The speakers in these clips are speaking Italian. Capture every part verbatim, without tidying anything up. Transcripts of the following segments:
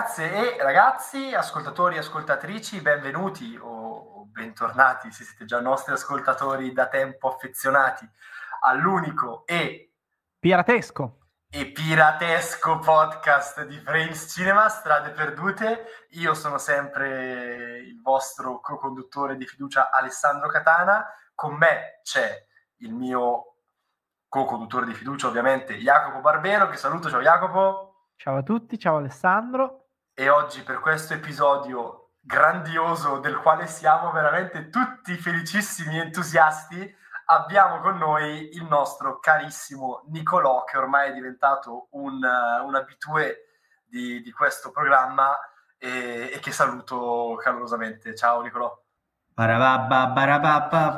Ragazze e ragazzi, ascoltatori e ascoltatrici, benvenuti o bentornati se siete già nostri ascoltatori da tempo affezionati all'unico e piratesco e piratesco podcast di Frames Cinema, Strade Perdute. Io sono sempre il vostro co-conduttore di fiducia Alessandro Catana. Con me c'è il mio co-conduttore di fiducia, ovviamente, Jacopo Barbero, che saluto. Ciao Jacopo. Ciao a tutti, ciao Alessandro. E oggi, per questo episodio grandioso del quale siamo veramente tutti felicissimi e entusiasti, abbiamo con noi il nostro carissimo Nicolò, che ormai è diventato un, un habitué di, di questo programma e, e che saluto calorosamente. Ciao Nicolò. Barababba, barababba,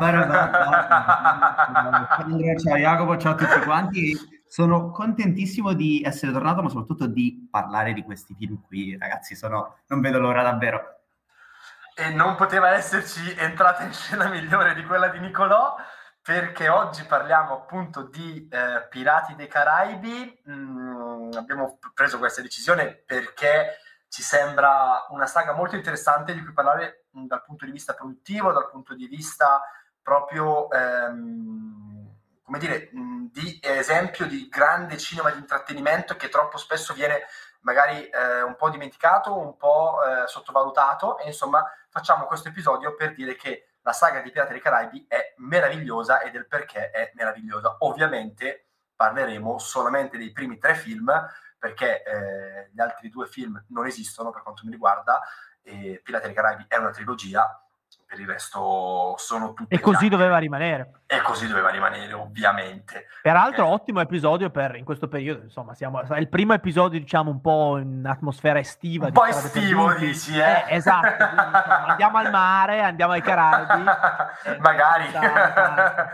barababba. Ciao Jacopo, ciao a tutti quanti. Sono contentissimo di essere tornato, ma soprattutto di parlare di questi film qui, ragazzi. Sono... non vedo l'ora davvero. E non poteva esserci entrata in scena migliore di quella di Nicolò, perché oggi parliamo appunto di eh, Pirati dei Caraibi. Mm, abbiamo preso questa decisione perché ci sembra una saga molto interessante di cui parlare mh, dal punto di vista produttivo, dal punto di vista proprio, ehm, come dire, mh, di esempio di grande cinema di intrattenimento che troppo spesso viene magari eh, un po' dimenticato, un po' eh, sottovalutato, e insomma facciamo questo episodio per dire che la saga di Pirati dei Caraibi è meravigliosa e del perché è meravigliosa. Ovviamente parleremo solamente dei primi tre film, perché eh, gli altri due film non esistono per quanto mi riguarda, e Pirati dei Caraibi è una trilogia, per il resto sono tutte e così chiacchiere. doveva rimanere e così doveva rimanere ovviamente. Peraltro eh. ottimo episodio per in questo periodo, insomma, siamo è il primo episodio, diciamo, un po' in atmosfera estiva, un po' estivo, dici, eh? eh esatto, quindi, diciamo, andiamo al mare, andiamo ai Caraibi, eh, magari esatto.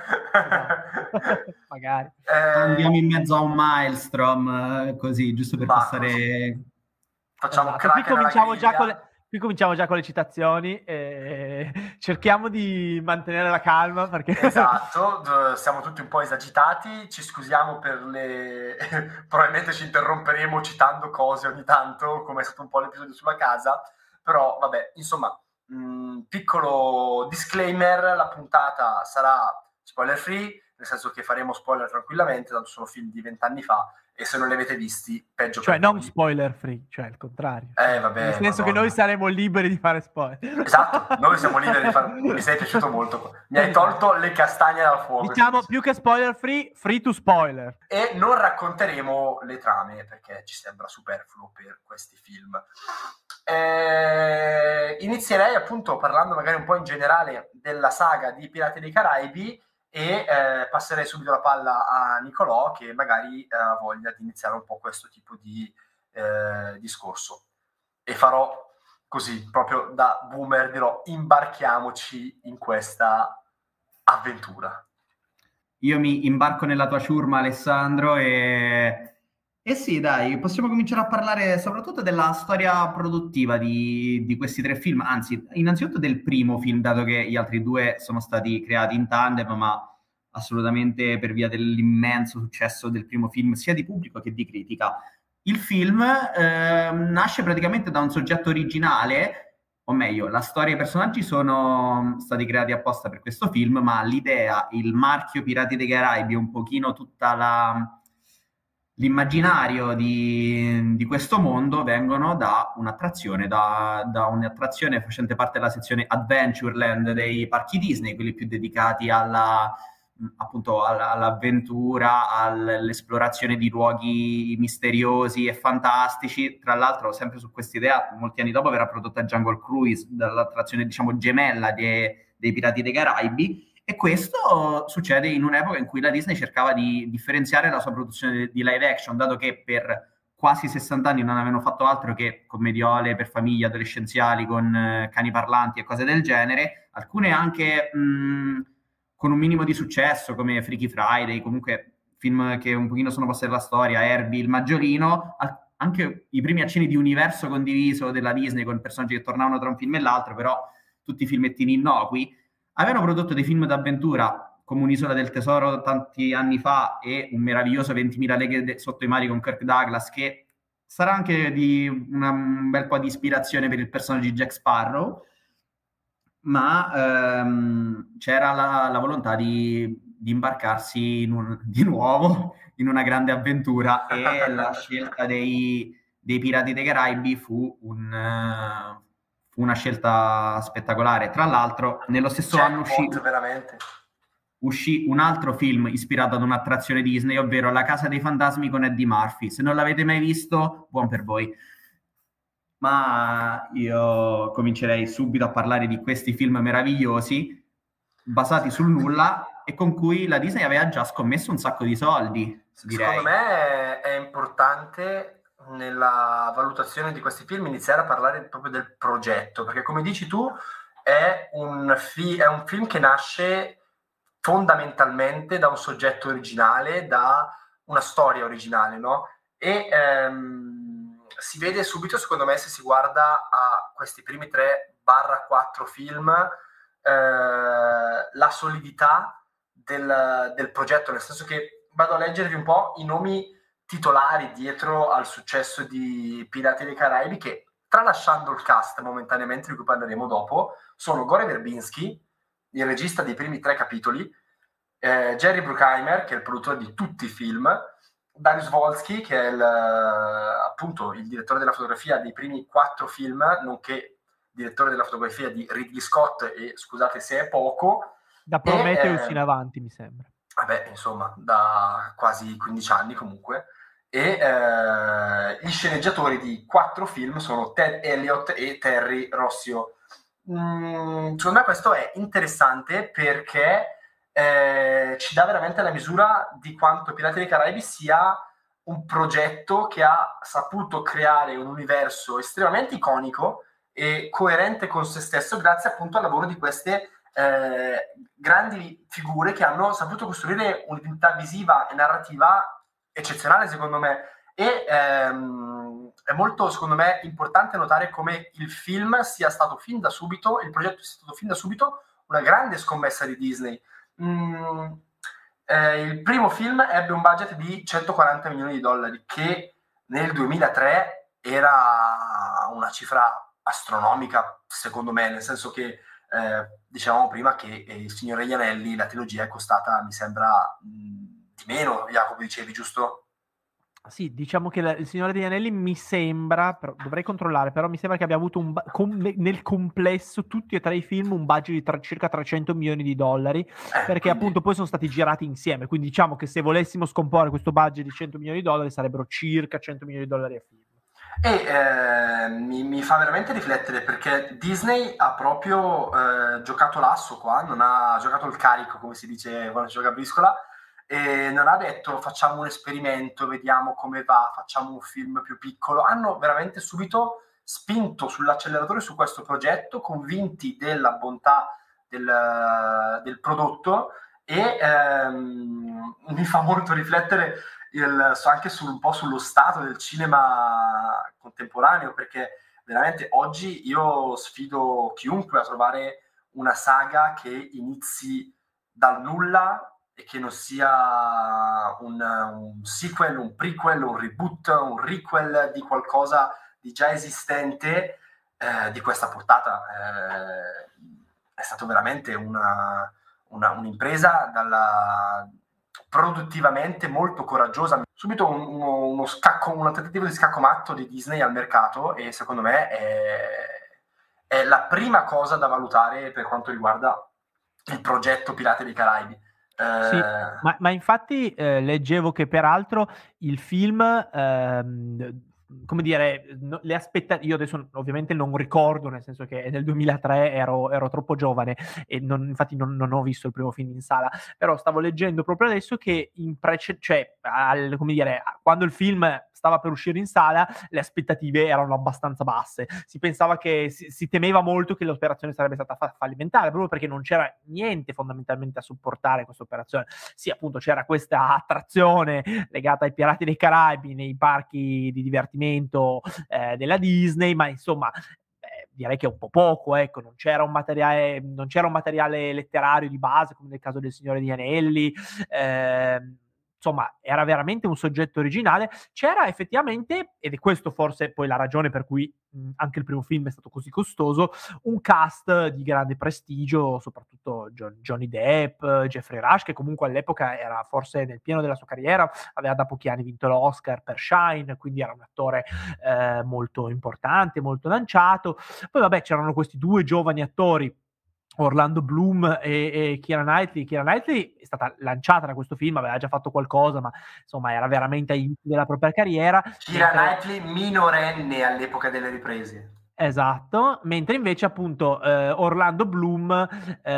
magari eh, andiamo in mezzo a un maelstrom, così, giusto per passare, facciamo esatto. Qui cominciamo già con le Qui cominciamo già con le citazioni e cerchiamo di mantenere la calma perché... Esatto, siamo tutti un po' esagitati, ci scusiamo per le... probabilmente ci interromperemo citando cose ogni tanto, come è stato un po' l'episodio sulla casa, però vabbè, insomma, mh, piccolo disclaimer, la puntata sarà spoiler free, nel senso che faremo spoiler tranquillamente, tanto sono film di vent'anni fa, e se non li avete visti, peggio cioè per non voi. spoiler free, cioè il contrario. Eh, vabbè, nel senso Madonna. Che noi saremo liberi di fare spoiler. Esatto, noi siamo liberi di fare. Mi sei piaciuto molto. Mi hai tolto le castagne dal fuoco. Diciamo più che spoiler free, free to spoiler. E non racconteremo le trame perché ci sembra superfluo per questi film. Eh, inizierei appunto parlando magari un po' in generale della saga di Pirati dei Caraibi e eh, passerei subito la palla a Nicolò, che magari eh, ha voglia di iniziare un po' questo tipo di eh, discorso. E farò così, proprio da boomer, dirò: imbarchiamoci in questa avventura. Io mi imbarco nella tua ciurma, Alessandro, e... E sì, dai, possiamo cominciare a parlare soprattutto della storia produttiva di, di questi tre film, anzi, innanzitutto del primo film, dato che gli altri due sono stati creati in tandem, ma assolutamente per via dell'immenso successo del primo film, sia di pubblico che di critica. Il film eh, nasce praticamente da un soggetto originale, o meglio, la storia e i personaggi sono stati creati apposta per questo film, ma l'idea, il marchio Pirati dei Caraibi, un pochino tutta la... l'immaginario di, di questo mondo vengono da un'attrazione, da, da un'attrazione facente parte della sezione Adventureland dei parchi Disney, quelli più dedicati alla, appunto, alla, all'avventura, all'esplorazione di luoghi misteriosi e fantastici. Tra l'altro, sempre su questa idea, molti anni dopo verrà prodotta Jungle Cruise, dall'attrazione, diciamo, gemella dei, dei Pirati dei Caraibi. E questo succede in un'epoca in cui la Disney cercava di differenziare la sua produzione di live action, dato che per quasi sessanta anni non avevano fatto altro che commediole per famiglie adolescenziali con eh, cani parlanti e cose del genere, alcune anche mh, con un minimo di successo, come Freaky Friday, comunque film che un pochino sono passati alla storia, Herbie, il Maggiolino, al- anche i primi accenni di universo condiviso della Disney con personaggi che tornavano tra un film e l'altro, però tutti filmettini innocui. Avevano prodotto dei film d'avventura come Un'isola del tesoro tanti anni fa e un meraviglioso ventimila leghe de- sotto i mari con Kirk Douglas, che sarà anche di una, un bel po' di ispirazione per il personaggio di Jack Sparrow, ma ehm, c'era la, la volontà di, di imbarcarsi in un- di nuovo in una grande avventura e la scelta dei, dei Pirati dei Caraibi fu, un, eh, fu una scelta spettacolare. Tra l'altro, nello stesso anno uscì, Jackpot, veramente. uscì un altro film ispirato ad un'attrazione Disney, ovvero La Casa dei Fantasmi con Eddie Murphy. Se non l'avete mai visto, buon per voi. Ma io comincerei subito a parlare di questi film meravigliosi, basati sul nulla e con cui la Disney aveva già scommesso un sacco di soldi, direi. Secondo me è importante nella valutazione di questi film iniziare a parlare proprio del progetto, perché come dici tu è un, fi- è un film che nasce fondamentalmente da un soggetto originale, da una storia originale, no? E ehm, si vede subito, secondo me, se si guarda a questi primi tre barra quattro film, eh, la solidità del, del progetto, nel senso che vado a leggervi un po' i nomi titolari dietro al successo di Pirati dei Caraibi, che tralasciando il cast momentaneamente, di cui parleremo dopo, sono Gore Verbinski, il regista dei primi tre capitoli, eh, Jerry Bruckheimer, che è il produttore di tutti i film, Darius Wolski, che è il, appunto il direttore della fotografia dei primi quattro film, nonché direttore della fotografia di Ridley Scott, e scusate se è poco. Da Prometheus e, eh, in avanti, mi sembra. Vabbè, insomma, da quasi quindici anni comunque. E eh, gli sceneggiatori di quattro film sono Ted Elliott e Terry Rossio. Mm, secondo me questo è interessante perché eh, ci dà veramente la misura di quanto Pirati dei Caraibi sia un progetto che ha saputo creare un universo estremamente iconico e coerente con se stesso grazie appunto al lavoro di queste eh, grandi figure che hanno saputo costruire un'identità visiva e narrativa eccezionale, secondo me. E ehm, è molto, secondo me, importante notare come il film sia stato fin da subito, il progetto sia stato fin da subito una grande scommessa di Disney. Mm, eh, il primo film ebbe un budget di centoquaranta milioni di dollari, che nel duemilatré era una cifra astronomica, secondo me, nel senso che eh, dicevamo prima che eh, Il Signore degli Anelli, la trilogia, è costata, mi sembra, mh, di meno, Jacopo, dicevi, giusto? Sì, diciamo che la, Il Signore degli Anelli mi sembra, però, dovrei controllare, però mi sembra che abbia avuto un, com, nel complesso tutti e tre i film un budget di tra, circa trecento milioni di dollari, eh, perché quindi... appunto poi sono stati girati insieme, quindi diciamo che se volessimo scomporre questo budget di cento milioni di dollari sarebbero circa cento milioni di dollari a film. E eh, mi, mi fa veramente riflettere perché Disney ha proprio eh, giocato l'asso qua, non ha giocato il carico, come si dice quando si gioca a briscola, e non ha detto facciamo un esperimento, vediamo come va, facciamo un film più piccolo. Hanno veramente subito spinto sull'acceleratore su questo progetto, convinti della bontà del, del prodotto, e ehm, mi fa molto riflettere il, anche su, un po' sullo stato del cinema contemporaneo, perché veramente oggi io sfido chiunque a trovare una saga che inizi dal nulla e che non sia un, un sequel, un prequel, un reboot, un requel di qualcosa di già esistente eh, di questa portata. Eh, è stato veramente una, una, un'impresa dalla, produttivamente molto coraggiosa. Subito un, uno, uno scacco, un tentativo di scacco matto di Disney al mercato, e secondo me è, è la prima cosa da valutare per quanto riguarda il progetto Pirati dei Caraibi. Sì, ma, ma infatti eh, leggevo che peraltro il film, ehm, come dire, no, le aspettative, io adesso ovviamente non ricordo, nel senso che nel duemilatré ero, ero troppo giovane e non, infatti non, non ho visto il primo film in sala, però stavo leggendo proprio adesso che in prece- cioè, al, come dire, quando il film stava per uscire in sala, le aspettative erano abbastanza basse. Si pensava che si, si temeva molto che l'operazione sarebbe stata fa- fallimentare, proprio perché non c'era niente fondamentalmente a supportare questa operazione. Sì, appunto, c'era questa attrazione legata ai Pirati dei Caraibi nei parchi di divertimento eh, della Disney, ma insomma eh, direi che è un po' poco, ecco, non c'era un materiale, non c'era un materiale letterario di base come nel caso del Signore degli Anelli. Eh, insomma era veramente un soggetto originale. C'era effettivamente, ed è questo forse poi la ragione per cui mh, anche il primo film è stato così costoso, un cast di grande prestigio, soprattutto John, Johnny Depp, Jeffrey Rush, che comunque all'epoca era forse nel pieno della sua carriera, aveva da pochi anni vinto l'Oscar per Shine, quindi era un attore eh, molto importante, molto lanciato. Poi vabbè, c'erano questi due giovani attori, Orlando Bloom e, e Keira Knightley. Keira Knightley è stata lanciata da questo film, aveva già fatto qualcosa, ma insomma era veramente agli inizi della propria carriera. Keira mentre... Knightley minorenne all'epoca delle riprese. Esatto, mentre invece appunto eh, Orlando Bloom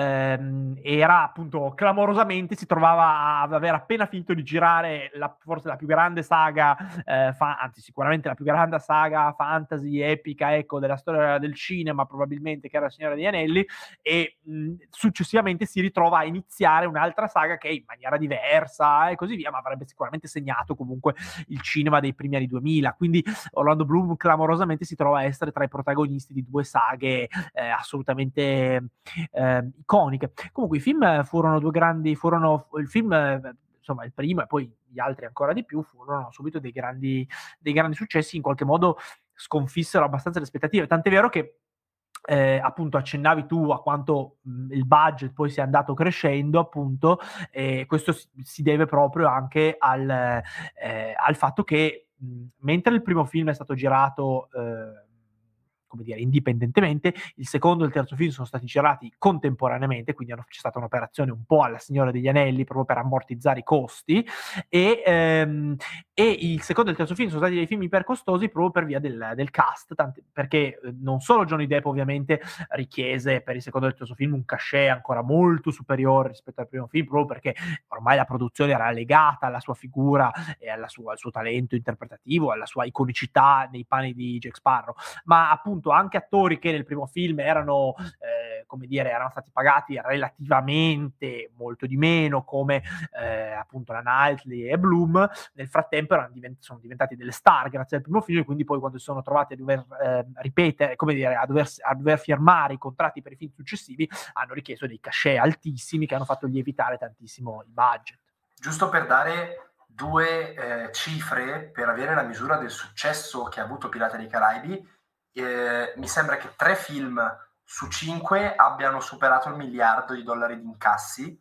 ehm, era appunto clamorosamente, si trovava ad aver appena finito di girare la, forse la più grande saga, eh, fa, anzi sicuramente la più grande saga fantasy epica, ecco, della storia del cinema, probabilmente, che era Il Signore degli Anelli, e mh, successivamente si ritrova a iniziare un'altra saga che in maniera diversa e così via, ma avrebbe sicuramente segnato comunque il cinema dei primi anni duemila, quindi Orlando Bloom clamorosamente si trova a essere tra i protagonisti di due saghe eh, assolutamente eh, iconiche. Comunque i film furono due grandi, furono il film, eh, insomma il primo e poi gli altri ancora di più, furono subito dei grandi, dei grandi successi, in qualche modo sconfissero abbastanza le aspettative, tant'è vero che Eh, appunto accennavi tu a quanto mh, il budget poi sia andato crescendo, appunto, e questo si, si deve proprio anche al, eh, al fatto che mh, mentre il primo film è stato girato eh, come dire, indipendentemente, il secondo e il terzo film sono stati girati contemporaneamente, quindi hanno, c'è stata un'operazione un po' alla Signora degli Anelli proprio per ammortizzare i costi, e, ehm, e il secondo e il terzo film sono stati dei film ipercostosi proprio per via del, del cast, tanti, perché non solo Johnny Depp ovviamente richiese per il secondo e il terzo film un cachet ancora molto superiore rispetto al primo film, proprio perché ormai la produzione era legata alla sua figura e alla sua, al suo talento interpretativo, alla sua iconicità nei panni di Jack Sparrow, ma appunto anche attori che nel primo film erano, eh, come dire, erano stati pagati relativamente molto di meno, come eh, appunto la Knightley e Bloom, nel frattempo erano divent- sono diventati delle star grazie al primo film, e quindi poi quando si sono trovati a dover eh, ripetere, come dire, a dover, a dover firmare i contratti per i film successivi, hanno richiesto dei cachet altissimi che hanno fatto lievitare tantissimo i budget. Giusto per dare due eh, cifre per avere la misura del successo che ha avuto Pirati dei Caraibi, eh, mi sembra che tre film su cinque abbiano superato il miliardo di dollari di incassi.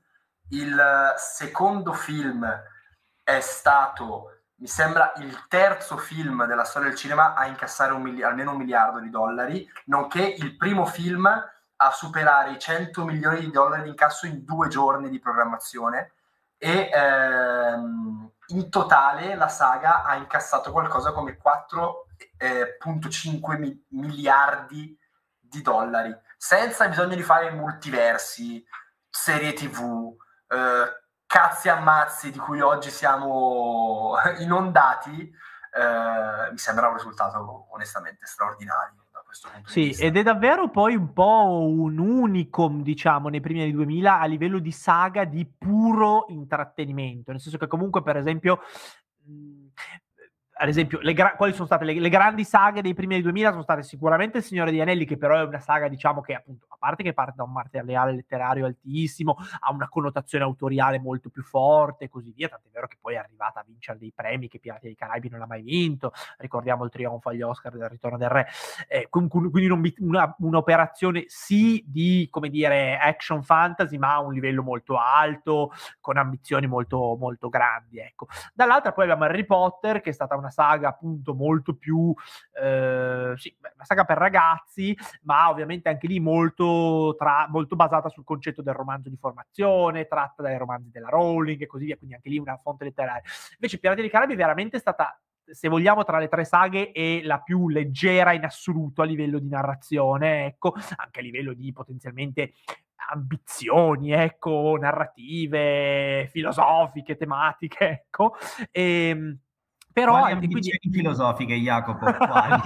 Il secondo film è stato, mi sembra, il terzo film della storia del cinema a incassare un mili- almeno un miliardo di dollari, nonché il primo film a superare i cento milioni di dollari di incasso in due giorni di programmazione, e ehm, in totale la saga ha incassato qualcosa come quattro virgola cinque mi- miliardi di dollari, senza bisogno di fare multiversi, serie tv, eh, cazzi ammazzi di cui oggi siamo inondati. Eh, mi sembra un risultato onestamente straordinario da questo punto Sì, di vista. ed è davvero poi un po' un unicum, diciamo, nei primi anni duemila a livello di saga di puro intrattenimento, nel senso che comunque, per esempio, mh, ad esempio, le gra- quali sono state le, le grandi saghe dei primi anni duemila? Sono state sicuramente Il Signore degli Anelli, che però è una saga, diciamo, che appunto, a parte che parte da un materiale letterario altissimo, ha una connotazione autoriale molto più forte e così via, tant'è vero che poi è arrivata a vincere dei premi che Pirati dei Caraibi non ha mai vinto, ricordiamo il trionfo agli Oscar del Ritorno del Re, eh, quindi non, una, un'operazione sì di, come dire, action fantasy, ma a un livello molto alto, con ambizioni molto, molto grandi, ecco. Dall'altra poi abbiamo Harry Potter, che è stata una saga appunto molto più eh, sì, una saga per ragazzi, ma ovviamente anche lì molto, tra, molto basata sul concetto del romanzo di formazione, tratta dai romanzi della Rowling e così via, quindi anche lì una fonte letteraria. Invece Pirati dei Caraibi è veramente stata, se vogliamo, tra le tre saghe è la più leggera in assoluto a livello di narrazione, ecco, anche a livello di potenzialmente ambizioni, ecco, narrative, filosofiche, tematiche, ecco. E Però quali è, ambizioni quindi, filosofiche, Jacopo? Quali?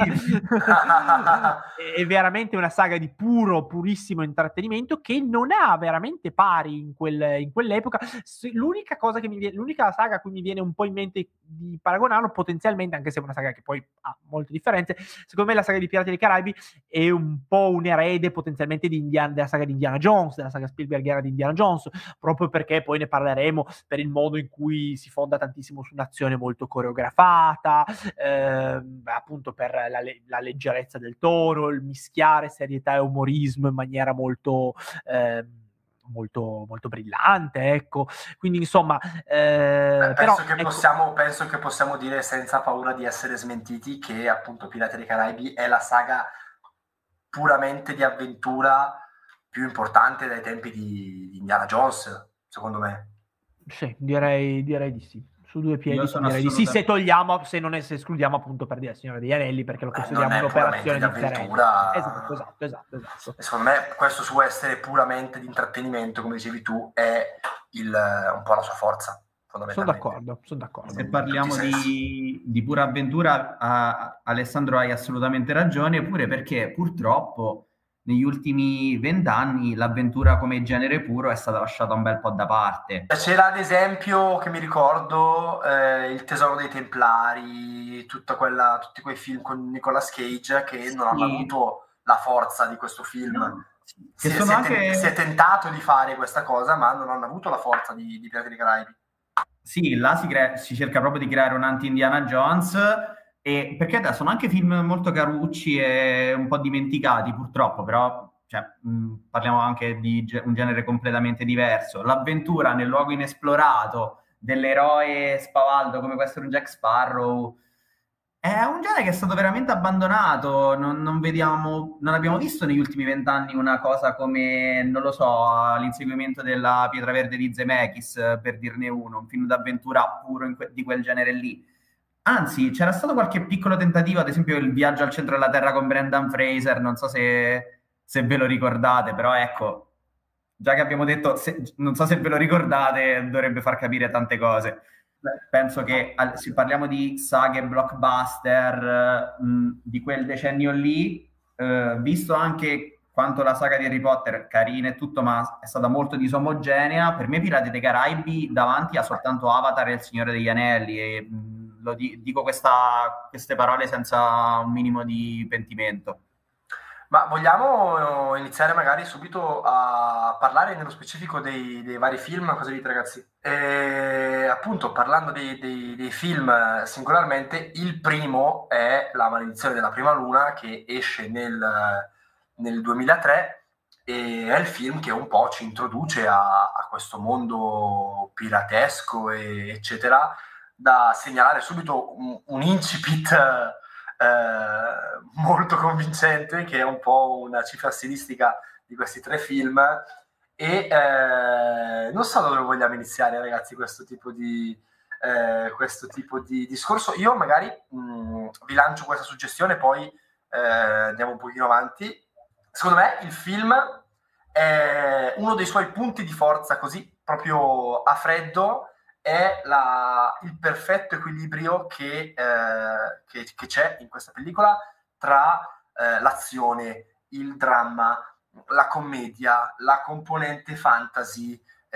è veramente una saga di puro, purissimo intrattenimento che non ha veramente pari in, quel, in quell'epoca. L'unica cosa che mi viene, l'unica saga a cui mi viene un po' in mente di paragonarlo, potenzialmente, anche se è una saga che poi ha molte differenze, secondo me la saga di Pirati dei Caraibi è un po' un erede potenzialmente di Indiana, della saga di Indiana Jones, della saga Spielberghiana di Indiana Jones, proprio perché poi ne parleremo per il modo in cui si fonda tantissimo su un'azione molto coreografata, ehm, appunto per la, la leggerezza del tono, il mischiare serietà e umorismo in maniera molto... Ehm, molto, molto brillante, ecco. Quindi insomma, eh, Beh, però penso che ecco, possiamo, penso che possiamo dire senza paura di essere smentiti che appunto Pirati dei Caraibi è la saga puramente di avventura più importante dai tempi di, di Indiana Jones, secondo me. sì, direi, direi di sì. Su due Io piedi ti sono direi di sì, se assolutamente... togliamo, se non è, se escludiamo appunto per dire Signore degli Anelli, perché lo Beh, non consideriamo è puramente un'operazione di differente. Esatto, avventura. esatto, esatto, esatto. E secondo me questo suo essere puramente di intrattenimento, come dicevi tu, è il, un po' la sua forza, Sono fondamentalmente. d'accordo, sono d'accordo. Se parliamo di, di pura avventura, a, Alessandro hai assolutamente ragione, pure perché purtroppo negli ultimi vent'anni l'avventura come genere puro è stata lasciata un bel po' da parte. C'era ad esempio, che mi ricordo, eh, Il Tesoro dei Templari, tutta quella, tutti quei film con Nicolas Cage che non hanno Sì. avuto la forza di questo film. No, si, che sono si, è anche... ten- si è tentato di fare questa cosa, ma non hanno avuto la forza di, di Pirati dei Caraibi. Sì, là si, crea- si cerca proprio di creare un anti-Indiana Jones, e perché adesso sono anche film molto carucci e un po' dimenticati purtroppo, però cioè, mh, parliamo anche di ge- un genere completamente diverso. L'avventura nel luogo inesplorato dell'eroe spavaldo come può essere un Jack Sparrow è un genere che è stato veramente abbandonato, non, non vediamo, non abbiamo visto negli ultimi vent'anni una cosa come, non lo so, l'inseguimento della Pietra Verde di Zemeckis, per dirne uno, un film d'avventura puro in que- di quel genere lì. Anzi, c'era stato qualche piccolo tentativo, ad esempio il viaggio al centro della Terra con Brendan Fraser, non so se, se ve lo ricordate, però ecco, già che abbiamo detto, se, non so se ve lo ricordate, dovrebbe far capire tante cose. Penso che se parliamo di saghe blockbuster mh, di quel decennio lì, eh, visto anche quanto la saga di Harry Potter, carina e tutto, ma è stata molto disomogenea, per me Pirati dei Caraibi davanti ha soltanto Avatar e Il Signore degli Anelli, e mh, lo di- dico questa, queste parole senza un minimo di pentimento. Ma vogliamo iniziare magari subito a parlare nello specifico dei, dei vari film? Cosa dite, ragazzi? E, appunto, parlando dei, dei- dei film singolarmente, il primo è La maledizione della prima luna, che esce nel, nel duemilatré, e è il film che un po' ci introduce a, a questo mondo piratesco, e, eccetera. Da segnalare subito un, un incipit eh, molto convincente, che è un po' una cifra stilistica di questi tre film. E eh, non so dove vogliamo iniziare, ragazzi, questo tipo di, eh, questo tipo di discorso. Io magari mh, vi lancio questa suggestione, poi eh, andiamo un pochino avanti. Secondo me il film è uno dei suoi punti di forza, così proprio a freddo, è la, il perfetto equilibrio che, eh, che, che c'è in questa pellicola tra eh, l'azione, il dramma, la commedia, la componente fantasy.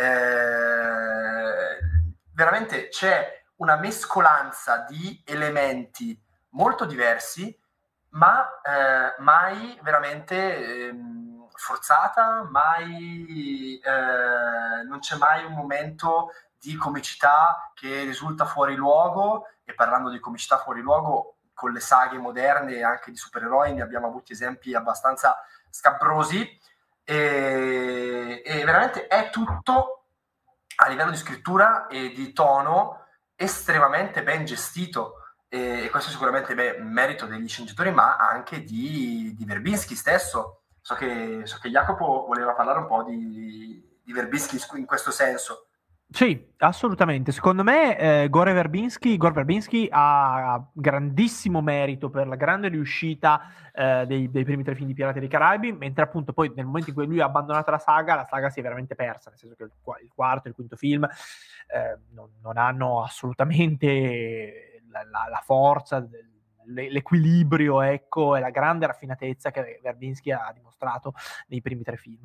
Eh, veramente c'è una mescolanza di elementi molto diversi, ma eh, mai veramente ehm, forzata, mai eh, non c'è mai un momento di comicità che risulta fuori luogo. E parlando di comicità fuori luogo, con le saghe moderne anche di supereroi ne abbiamo avuti esempi abbastanza scabrosi, e, e veramente è tutto a livello di scrittura e di tono estremamente ben gestito, e questo è sicuramente beh, merito degli sceneggiatori, ma anche di, di Verbinski stesso. So che, so che Jacopo voleva parlare un po' di, di Verbinski in questo senso. Sì, assolutamente. Secondo me eh, Gore Verbinski, Gore Verbinski ha grandissimo merito per la grande riuscita eh, dei, dei primi tre film di Pirati dei Caraibi, mentre appunto poi nel momento in cui lui ha abbandonato la saga, la saga si è veramente persa, nel senso che il, il quarto e il quinto film eh, non, non hanno assolutamente la, la, la forza, l'equilibrio, ecco, e la grande raffinatezza che Verbinski ha dimostrato nei primi tre film.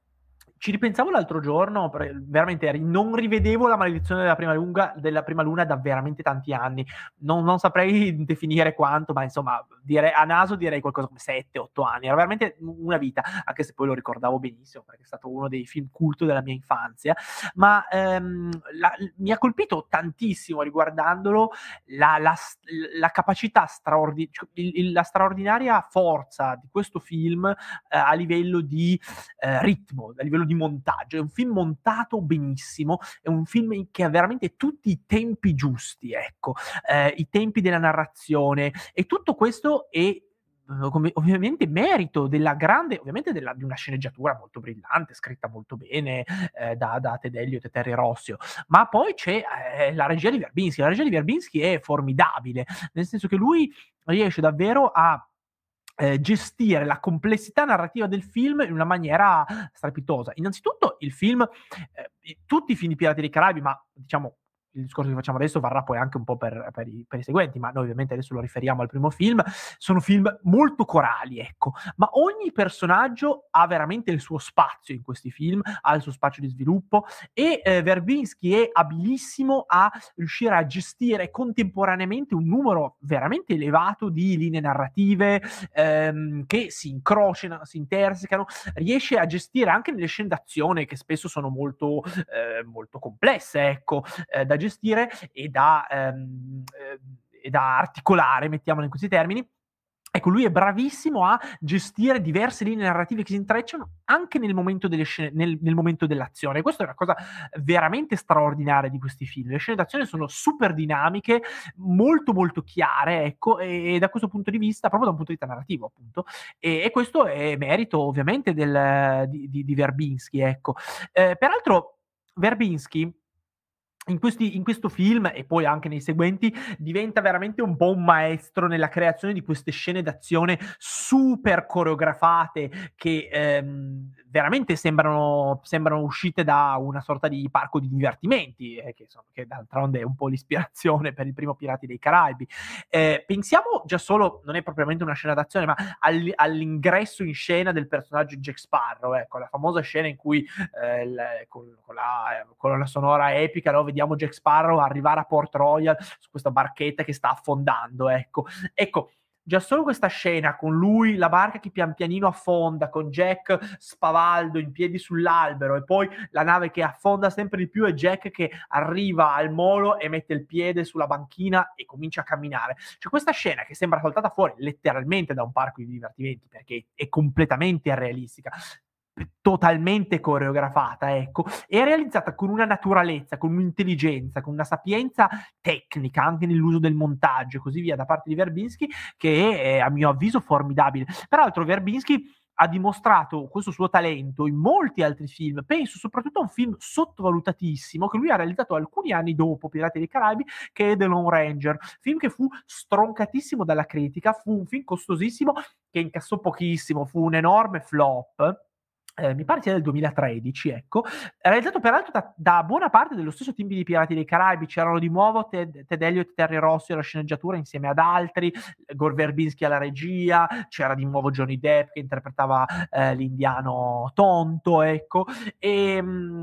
Ci ripensavo l'altro giorno, veramente non rivedevo La maledizione della prima, lunga, della prima luna da veramente tanti anni, non, non saprei definire quanto, ma insomma direi, a naso direi qualcosa come sette otto anni, era veramente una vita, anche se poi lo ricordavo benissimo perché è stato uno dei film culto della mia infanzia, ma ehm, la, mi ha colpito tantissimo riguardandolo la, la, la capacità straordinaria, la straordinaria forza di questo film eh, a livello di eh, ritmo, a livello di montaggio. È un film montato benissimo, è un film che ha veramente tutti i tempi giusti, ecco, eh, i tempi della narrazione, e tutto questo è come, ovviamente merito della grande, ovviamente della, di una sceneggiatura molto brillante, scritta molto bene eh, da, da Ted Elliott e Terry Rossio, ma poi c'è eh, la regia di Verbinski. La regia di Verbinski è formidabile, nel senso che lui riesce davvero a Eh, gestire la complessità narrativa del film in una maniera strepitosa. Innanzitutto il film, eh, tutti i film di Pirati dei Caraibi, ma diciamo il discorso che facciamo adesso varrà poi anche un po' per, per, i, per i seguenti, ma noi ovviamente adesso lo riferiamo al primo film, sono film molto corali, ecco, ma ogni personaggio ha veramente il suo spazio in questi film, ha il suo spazio di sviluppo, e eh, Verbinski è abilissimo a riuscire a gestire contemporaneamente un numero veramente elevato di linee narrative ehm, che si incrociano, si intersecano, riesce a gestire anche nelle scene d'azione che spesso sono molto, eh, molto complesse, ecco, eh, da gestire e da, ehm, eh, e da articolare, mettiamolo in questi termini. Ecco, lui è bravissimo a gestire diverse linee narrative che si intrecciano anche nel momento delle scene, nel, nel momento dell'azione. Questa è una cosa veramente straordinaria di questi film. Le scene d'azione sono super dinamiche, molto molto chiare, ecco, e, e da questo punto di vista, proprio da un punto di vista narrativo, appunto. E, e questo è merito ovviamente del, di, di, di Verbinski, ecco. Eh, peraltro, Verbinski In, questi, in questo film, e poi anche nei seguenti, diventa veramente un po' un maestro nella creazione di queste scene d'azione super coreografate che ehm, veramente sembrano, sembrano uscite da una sorta di parco di divertimenti, eh, che, sono, che d'altronde è un po' l'ispirazione per il primo Pirati dei Caraibi. Eh, pensiamo già solo, non è propriamente una scena d'azione, ma all, all'ingresso in scena del personaggio di Jack Sparrow, ecco, la famosa scena in cui eh, il, con, con, la, con la sonora epica, no, vediamo Jack Sparrow arrivare a Port Royal su questa barchetta che sta affondando, ecco. Ecco, già solo questa scena con lui, la barca che pian pianino affonda, con Jack spavaldo in piedi sull'albero, e poi la nave che affonda sempre di più e Jack che arriva al molo e mette il piede sulla banchina e comincia a camminare. C'è questa scena che sembra saltata fuori letteralmente da un parco di divertimenti, perché è completamente irrealistica, totalmente coreografata, ecco, e realizzata con una naturalezza, con un'intelligenza, con una sapienza tecnica anche nell'uso del montaggio e così via da parte di Verbinski, che è a mio avviso formidabile. Peraltro Verbinski ha dimostrato questo suo talento in molti altri film, penso soprattutto a un film sottovalutatissimo che lui ha realizzato alcuni anni dopo Pirati dei Caraibi, che è The Lone Ranger, film che fu stroncatissimo dalla critica, fu un film costosissimo che incassò pochissimo, fu un enorme flop. Eh, mi pare sia del duemilatredici, ecco, realizzato peraltro da, da buona parte dello stesso team di Pirati dei Caraibi. C'erano di nuovo Ted, Ted Elliott e Terry Rossio alla sceneggiatura insieme ad altri, Gore Verbinski alla regia, c'era di nuovo Johnny Depp che interpretava eh, l'indiano tonto, ecco, e,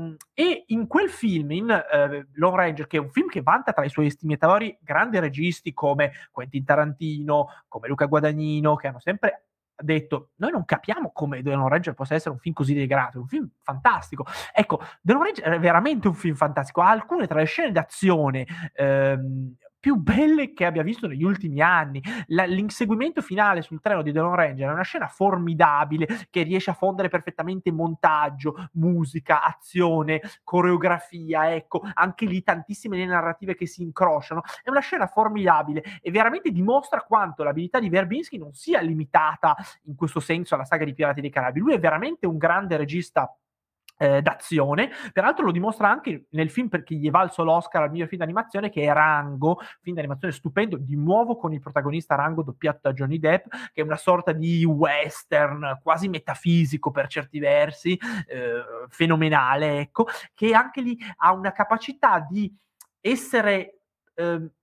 e in quel film, in eh, Lone Ranger, che è un film che vanta tra i suoi estimatori grandi registi come Quentin Tarantino, come Luca Guadagnino, che hanno sempre detto: noi non capiamo come The Lone Ranger possa essere un film così degradato, è un film fantastico. Ecco, The Lone Ranger è veramente un film fantastico, ha alcune tra le scene d'azione ehm, più belle che abbia visto negli ultimi anni. La, l'inseguimento finale sul treno di The Lone Ranger è una scena formidabile che riesce a fondere perfettamente montaggio, musica, azione, coreografia, ecco, anche lì tantissime linee narrative che si incrociano. È una scena formidabile e veramente dimostra quanto l'abilità di Verbinski non sia limitata in questo senso alla saga di Pirati dei Caraibi. Lui è veramente un grande regista Eh, d'azione, peraltro lo dimostra anche nel film perché gli è valso l'Oscar al miglior film d'animazione, che è Rango, film d'animazione stupendo, di nuovo con il protagonista Rango doppiato da Johnny Depp, che è una sorta di western quasi metafisico per certi versi, eh, fenomenale, ecco, che anche lì ha una capacità di essere eh,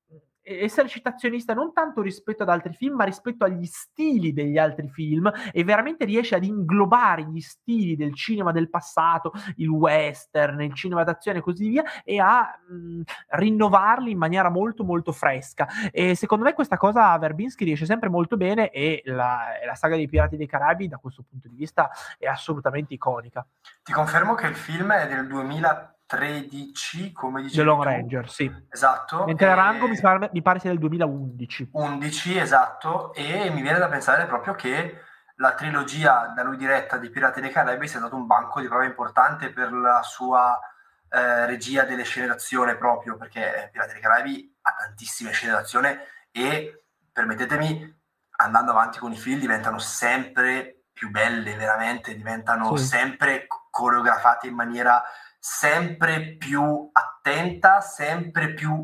essere citazionista non tanto rispetto ad altri film, ma rispetto agli stili degli altri film, e veramente riesce ad inglobare gli stili del cinema del passato, il western, il cinema d'azione e così via, e a mh, rinnovarli in maniera molto molto fresca. E secondo me questa cosa Verbinski riesce sempre molto bene, e la, la saga dei Pirati dei Caraibi da questo punto di vista è assolutamente iconica. Ti confermo che il film è del duemilatredici, come dicevi The Lone tu. Ranger, sì. Esatto. Mentre e... Rango mi pare, mi pare sia del duemilaundici. undici, esatto, e mi viene da pensare proprio che la trilogia da lui diretta di Pirati dei Caraibi sia stato un banco di prova importante per la sua eh, regia delle scene d'azione, proprio perché Pirati dei Caraibi ha tantissime scene d'azione e, permettetemi, andando avanti con i film diventano sempre più belle, veramente, diventano Sì. sempre coreografate in maniera sempre più attenta, sempre più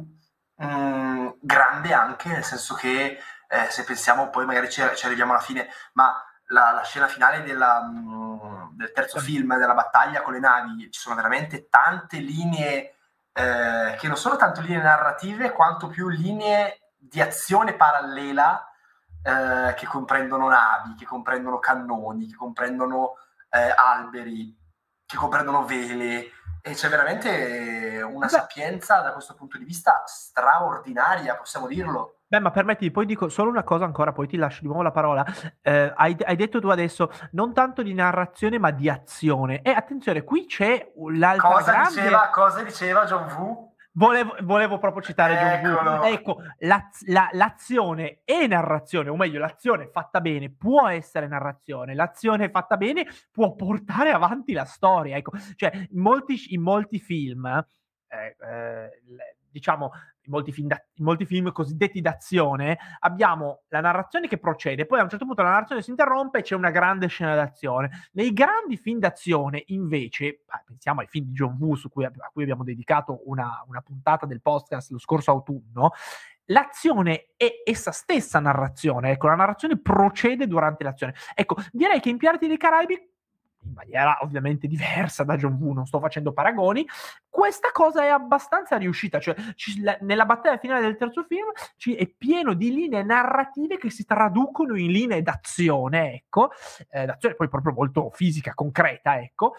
mh, grande anche, nel senso che eh, se pensiamo, poi magari ci, ci arriviamo alla fine, ma la, la scena finale della, mh, del terzo film, della battaglia con le navi, ci sono veramente tante linee eh, che non sono tanto linee narrative quanto più linee di azione parallela eh, che comprendono navi, che comprendono cannoni, che comprendono eh, alberi, che comprendono vele, e c'è veramente una Beh. sapienza da questo punto di vista straordinaria, possiamo dirlo. Beh, ma permetti, poi dico solo una cosa ancora, poi ti lascio di nuovo la parola. Eh, hai, hai detto tu adesso non tanto di narrazione, ma di azione. E attenzione, qui c'è l'altra Cosa grande... diceva, cosa diceva John Woo? Volevo, volevo proprio citare John Woo. Ecco, la, la, l'azione e narrazione, o meglio, l'azione fatta bene può essere narrazione, l'azione fatta bene può portare avanti la storia. Ecco, cioè, in molti, in molti film, eh, eh, diciamo, in molti, film da, in molti film cosiddetti d'azione, abbiamo la narrazione che procede, poi a un certo punto la narrazione si interrompe e c'è una grande scena d'azione. Nei grandi film d'azione, invece, pensiamo ai film di John Woo, su cui, a cui abbiamo dedicato una, una puntata del podcast lo scorso autunno, l'azione è essa stessa narrazione, ecco, la narrazione procede durante l'azione. Ecco, direi che in Pirati dei Caraibi, in maniera ovviamente diversa da John Woo, non sto facendo paragoni, questa cosa è abbastanza riuscita, cioè ci, la, nella battaglia finale del terzo film ci, è pieno di linee narrative che si traducono in linee d'azione, ecco, eh, d'azione poi proprio molto fisica, concreta, ecco,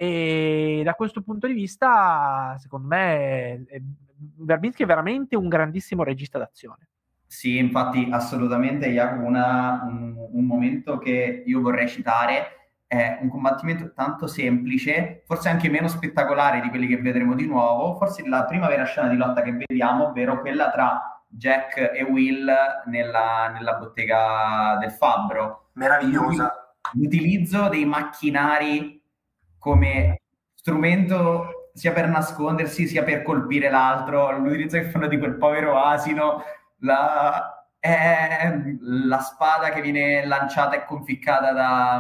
e da questo punto di vista secondo me è, Verbinski è veramente un grandissimo regista d'azione. Sì, infatti assolutamente, Jacopo, una, un, un momento che io vorrei citare è un combattimento tanto semplice, forse anche meno spettacolare di quelli che vedremo di nuovo, forse la prima vera scena di lotta che vediamo, ovvero quella tra Jack e Will nella, nella bottega del fabbro. Meravigliosa. L'utilizzo dei macchinari come strumento sia per nascondersi sia per colpire l'altro, l'utilizzo che fanno di quel povero asino, la, eh, la spada che viene lanciata e conficcata da...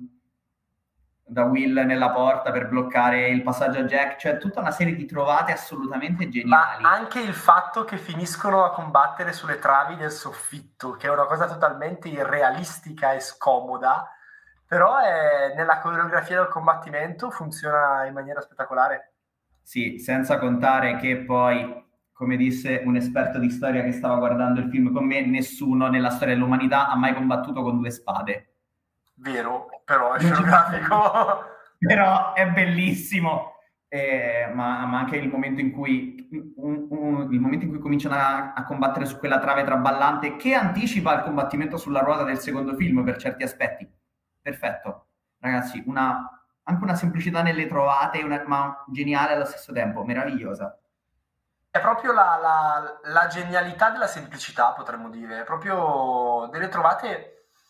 da Will nella porta per bloccare il passaggio a Jack, cioè tutta una serie di trovate assolutamente geniali. Ma anche il fatto che finiscono a combattere sulle travi del soffitto, che è una cosa totalmente irrealistica e scomoda, però è, nella coreografia del combattimento funziona in maniera spettacolare. Sì, senza contare che poi, come disse un esperto di storia che stava guardando il film con me, nessuno nella storia dell'umanità ha mai combattuto con due spade. Vero, però è scenografico. Però è bellissimo. Eh, ma, ma anche il momento in cui un, un, il momento in cui cominciano a, a combattere su quella trave traballante che anticipa il combattimento sulla ruota del secondo film per certi aspetti. Perfetto. Ragazzi, una, anche una semplicità nelle trovate, una, ma geniale allo stesso tempo, meravigliosa. È proprio la, la, la genialità della semplicità, potremmo dire. È proprio delle trovate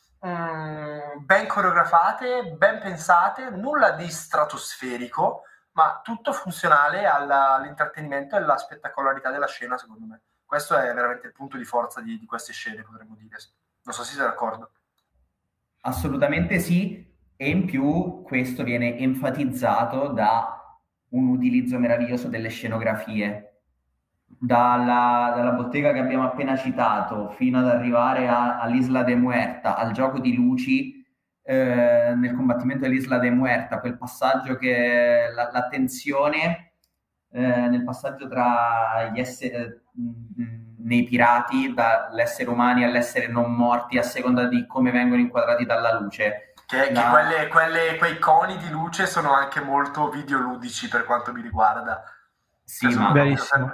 ben coreografate, ben pensate, nulla di stratosferico, ma tutto funzionale alla, all'intrattenimento e alla spettacolarità della scena, secondo me. Questo è veramente il punto di forza di, di queste scene, potremmo dire. Non so se sei d'accordo. Assolutamente sì, e in più questo viene enfatizzato da un utilizzo meraviglioso delle scenografie. Dalla, dalla bottega che abbiamo appena citato fino ad arrivare a, all'Isla de Muerta, al gioco di luci eh, nel combattimento dell'Isla de Muerta, quel passaggio che la, la tensione eh, nel passaggio tra gli esseri, nei pirati, dall'essere umani all'essere non morti, a seconda di come vengono inquadrati dalla luce. Che, La... che quelle, quelle, quei coni di luce sono anche molto videoludici per quanto mi riguarda. Sì, cioè, ma verissimo.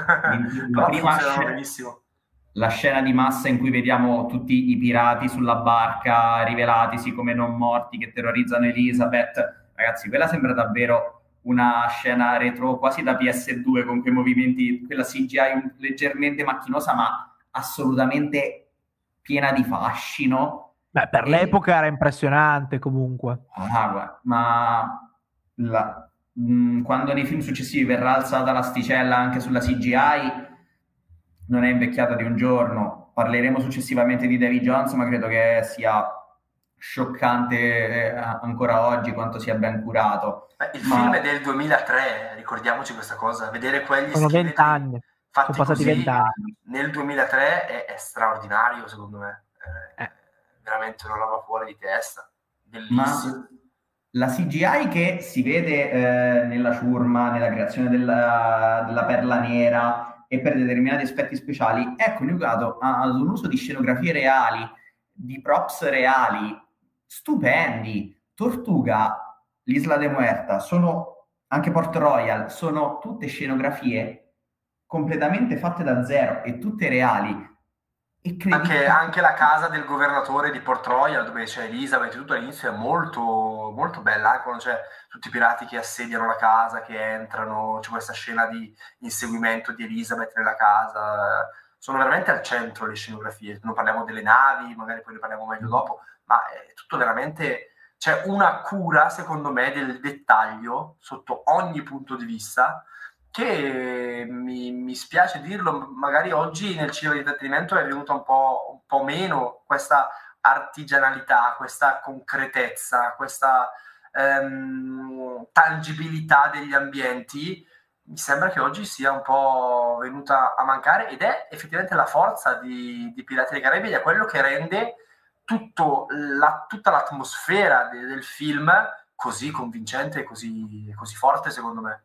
la prima funzionano scena, benissimo. La scena di massa in cui vediamo tutti i pirati sulla barca rivelatisi come non morti che terrorizzano Elizabeth, ragazzi, quella sembra davvero una scena retro quasi da P S due, con quei movimenti, quella C G I leggermente macchinosa ma assolutamente piena di fascino. Beh, per E... l'epoca era impressionante comunque. Ah, guarda, ma la... mh, quando nei film successivi verrà alzata l'asticella anche sulla C G I, non è invecchiata di un giorno. Parleremo successivamente di Davy Jones, ma credo che sia scioccante eh, ancora oggi quanto sia ben curato. Beh, il ma... film è del duemilatré, ricordiamoci questa cosa. Vedere quegli Sono vent'anni, fatti sono passati così vent'anni. nel duemilatré è, è straordinario, secondo me. È eh. veramente una roba fuori di testa. Ma Bellissimo. la C G I che si vede eh, nella ciurma, nella creazione della, della perla nera e per determinati effetti speciali è coniugato ad un uso di scenografie reali, di props reali, stupendi. Tortuga, l'Isla de Muerta, sono anche Port Royal, sono tutte scenografie completamente fatte da zero e tutte reali. E Anche, anche la casa del governatore di Port Royal, dove c'è Elizabeth, tutto all'inizio è molto, molto bella, anche quando c'è tutti i pirati che assediano la casa, che entrano, c'è questa scena di inseguimento di Elizabeth nella casa. Sono veramente al centro le scenografie. Non parliamo delle navi, magari poi ne parliamo meglio dopo, ma è tutto veramente... C'è una cura, secondo me, del dettaglio sotto ogni punto di vista, che mi, mi spiace dirlo, magari oggi nel cinema di intrattenimento è venuta un po', un po' meno questa artigianalità, questa concretezza, questa ehm, tangibilità degli ambienti. Mi sembra che oggi sia un po' venuta a mancare, ed è effettivamente la forza di, di Pirati dei Caraibi, è quello che rende tutto la, tutta l'atmosfera de, del film così convincente e così, così forte, secondo me.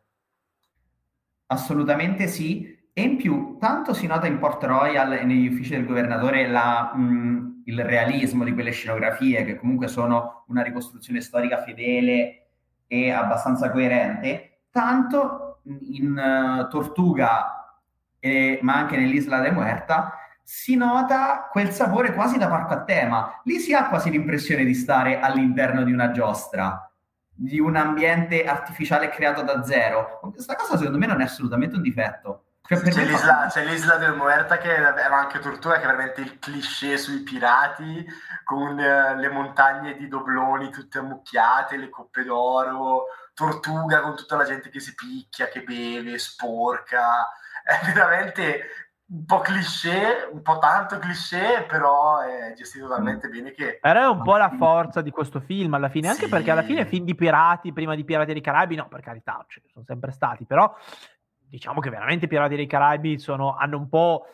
Assolutamente sì, e in più tanto si nota in Port Royal e negli uffici del governatore la, mh, il realismo di quelle scenografie, che comunque sono una ricostruzione storica fedele e abbastanza coerente, tanto in uh, Tortuga, e, ma anche nell'Isla de Muerta, si nota quel sapore quasi da parco a tema. Lì si ha quasi l'impressione di stare all'interno di una giostra, di un ambiente artificiale creato da zero. Questa cosa secondo me non è assolutamente un difetto. Cioè, c'è, me l'isla, fa... c'è l'Isla del Muerta, che aveva anche Tortuga, che è veramente il cliché sui pirati, con uh, le montagne di dobloni tutte ammucchiate, le coppe d'oro, Tortuga con tutta la gente che si picchia, che beve, sporca. È veramente un po' cliché, un po' tanto cliché, però è gestito talmente mm. bene che... Però è un po' la forza di questo film alla fine, anche sì. Perché alla fine film di pirati, prima di Pirati dei Caraibi, no, per carità, cioè, sono sempre stati, però diciamo che veramente Pirati dei Caraibi sono, hanno un po'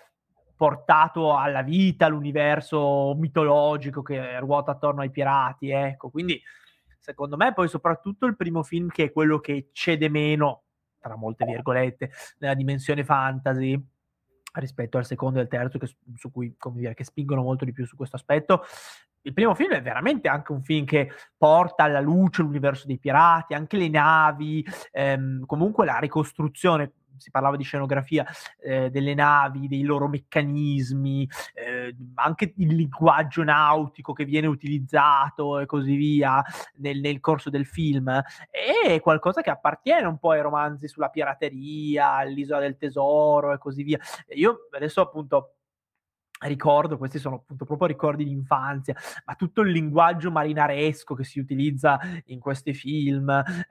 portato alla vita l'universo mitologico che ruota attorno ai pirati, ecco, quindi secondo me poi soprattutto il primo film, che è quello che cede meno, tra molte virgolette, nella dimensione fantasy, rispetto al secondo e al terzo, che, su cui, come dire, che spingono molto di più su questo aspetto. Il primo film è veramente anche un film che porta alla luce l'universo dei pirati, anche le navi, ehm, comunque la ricostruzione, si parlava di scenografia, eh, delle navi, dei loro meccanismi, eh, anche il linguaggio nautico che viene utilizzato e così via nel, nel corso del film, è qualcosa che appartiene un po' ai romanzi sulla pirateria, all'Isola del Tesoro e così via. Io adesso appunto ricordo, questi sono appunto proprio ricordi di infanzia, ma tutto il linguaggio marinaresco che si utilizza in questi film,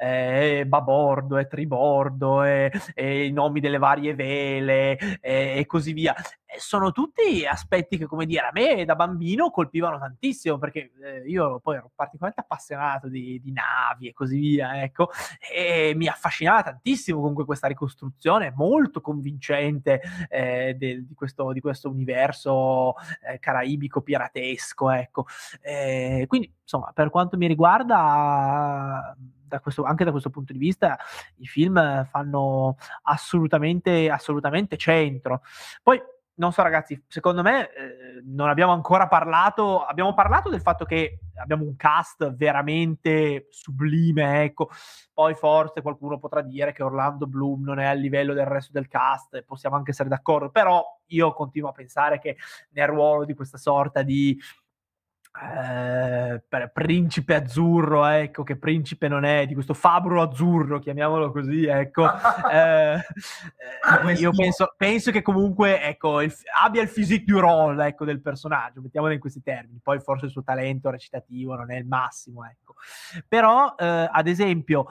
eh, babordo e tribordo, e, e i nomi delle varie vele e, e così via, e sono tutti aspetti che, come dire, a me da bambino colpivano tantissimo, perché eh, io poi ero particolarmente appassionato di, di navi e così via, ecco, e mi affascinava tantissimo comunque questa ricostruzione molto convincente eh, de, di, questo, di questo universo Eh, caraibico piratesco, ecco. Eh, quindi insomma, per quanto mi riguarda, da questo, anche da questo punto di vista i film fanno assolutamente assolutamente centro. Poi non so ragazzi, secondo me eh, non abbiamo ancora parlato, abbiamo parlato del fatto che abbiamo un cast veramente sublime, ecco, poi forse qualcuno potrà dire che Orlando Bloom non è al livello del resto del cast, e possiamo anche essere d'accordo, però io continuo a pensare che nel ruolo di questa sorta di Eh, per principe azzurro, ecco, che principe non è, di questo fabbro azzurro, chiamiamolo così, ecco. eh, eh, io penso, penso che comunque, ecco, il, abbia il physique du role, ecco, del personaggio, mettiamolo in questi termini. Poi forse il suo talento recitativo non è il massimo, ecco. Però, eh, ad esempio,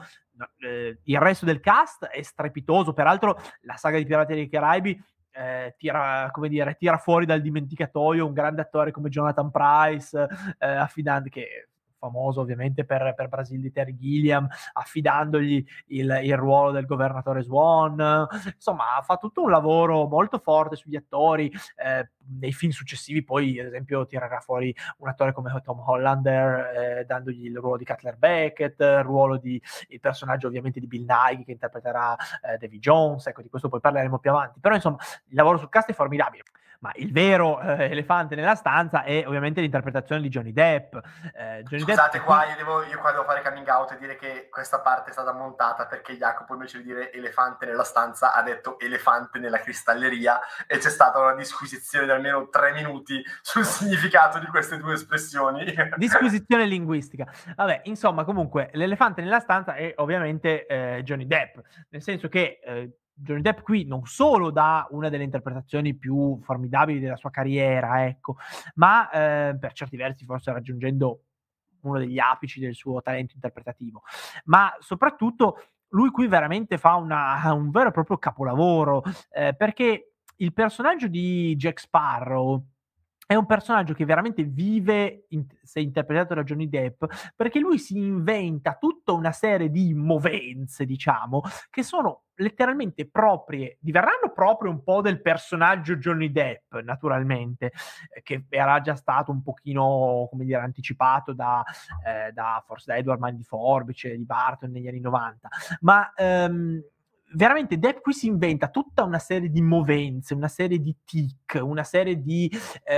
eh, il resto del cast è strepitoso. Peraltro, la saga di Pirati dei Caraibi Eh, tira, come dire, tira fuori dal dimenticatoio un grande attore come Jonathan Pryce, eh, affidando, che è famoso ovviamente per, per Brasil di Terry Gilliam, affidandogli il, il ruolo del governatore Swan. Insomma, fa tutto un lavoro molto forte sugli attori. Eh, nei film successivi poi, ad esempio, tirerà fuori un attore come Tom Hollander, eh, dandogli il ruolo di Cutler Beckett, il ruolo di il personaggio ovviamente di Bill Nighy che interpreterà eh, Davy Jones. Ecco, di questo poi parleremo più avanti. Però insomma, il lavoro sul cast è formidabile. Ma il vero eh, elefante nella stanza è ovviamente l'interpretazione di Johnny Depp. Eh, Johnny Scusate, Depp... qua io, devo, io qua devo fare coming out e dire che questa parte è stata montata perché Jacopo, invece di dire elefante nella stanza, ha detto elefante nella cristalleria, e c'è stata una disquisizione di almeno tre minuti sul significato di queste due espressioni. Disquisizione linguistica. Vabbè, insomma, comunque, l'elefante nella stanza è ovviamente eh, Johnny Depp, nel senso che eh, Johnny Depp qui non solo dà una delle interpretazioni più formidabili della sua carriera, ecco, ma eh, per certi versi forse raggiungendo uno degli apici del suo talento interpretativo, ma soprattutto lui qui veramente fa una, un vero e proprio capolavoro, eh, perché il personaggio di Jack Sparrow è un personaggio che veramente vive, in, se interpretato da Johnny Depp, perché lui si inventa tutta una serie di movenze, diciamo, che sono letteralmente proprie, diverranno proprio un po' del personaggio Johnny Depp, naturalmente, eh, che era già stato un pochino, come dire, anticipato da, eh, da forse da Edward Mani di Forbice, di Barton negli anni novanta, ma ehm, veramente Depp qui si inventa tutta una serie di movenze, una serie di tic, una serie di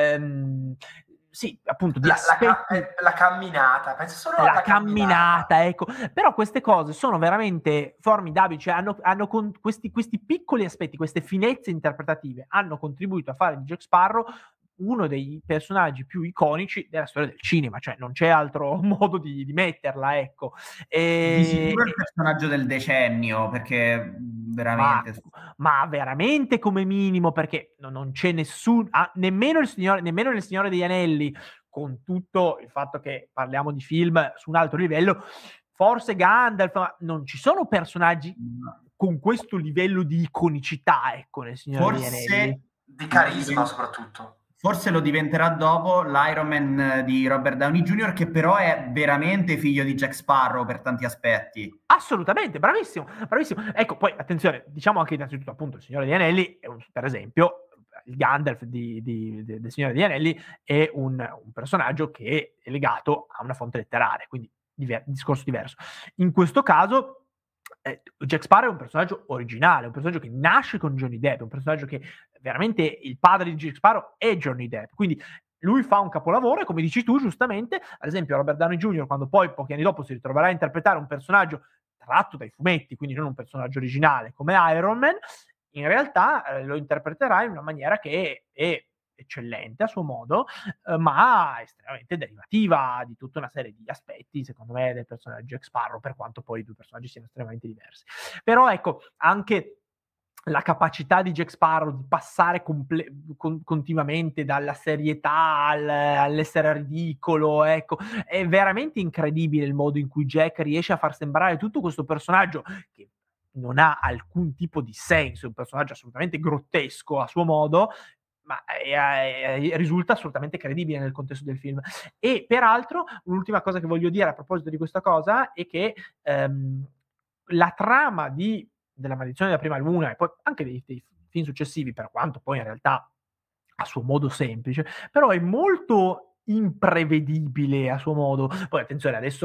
ehm, sì, appunto di la, aspetti. La, la camminata, penso solo la alla camminata, camminata, ecco. Però queste cose sono veramente formidabili, cioè hanno, hanno con questi, questi piccoli aspetti, queste finezze interpretative hanno contribuito a fare di Jack Sparrow uno dei personaggi più iconici della storia del cinema, cioè non c'è altro modo di, di metterla, ecco. E, di sicuro il personaggio del decennio, perché veramente... Ma, ma veramente come minimo, perché no, non c'è nessun... Ah, nemmeno, il signore, nemmeno il Signore degli Anelli, con tutto il fatto che parliamo di film su un altro livello, forse Gandalf, ma non ci sono personaggi con questo livello di iconicità, ecco, nel Signore forse, degli Anelli. Di carisma soprattutto. Forse lo diventerà dopo l'Iron Man di Robert Downey junior, che però è veramente figlio di Jack Sparrow per tanti aspetti. Assolutamente, bravissimo, bravissimo. Ecco, poi attenzione, diciamo anche innanzitutto appunto il Signore degli Anelli è un, per esempio, il Gandalf di, di, di, del Signore degli Anelli è un, un personaggio che è legato a una fonte letteraria, quindi diver- discorso diverso. In questo caso eh, Jack Sparrow è un personaggio originale, un personaggio che nasce con Johnny Depp, un personaggio che veramente il padre di Jack Sparrow è Johnny Depp, quindi lui fa un capolavoro e, come dici tu giustamente, ad esempio Robert Downey junior, quando poi pochi anni dopo si ritroverà a interpretare un personaggio tratto dai fumetti, quindi non un personaggio originale come Iron Man, in realtà eh, lo interpreterà in una maniera che è, è eccellente a suo modo, eh, ma estremamente derivativa di tutta una serie di aspetti, secondo me, del personaggio Jack Sparrow, per quanto poi i due personaggi siano estremamente diversi. Però ecco, anche la capacità di Jack Sparrow di passare comple- con- continuamente dalla serietà al- all'essere ridicolo, ecco, è veramente incredibile il modo in cui Jack riesce a far sembrare tutto questo personaggio che non ha alcun tipo di senso, è un personaggio assolutamente grottesco a suo modo, ma è, è, risulta assolutamente credibile nel contesto del film. E peraltro, un'ultima cosa che voglio dire a proposito di questa cosa è che ehm, la trama di della Maledizione della Prima Luna e poi anche dei, dei film successivi, per quanto poi in realtà a suo modo semplice, però è molto imprevedibile a suo modo. Poi attenzione, adesso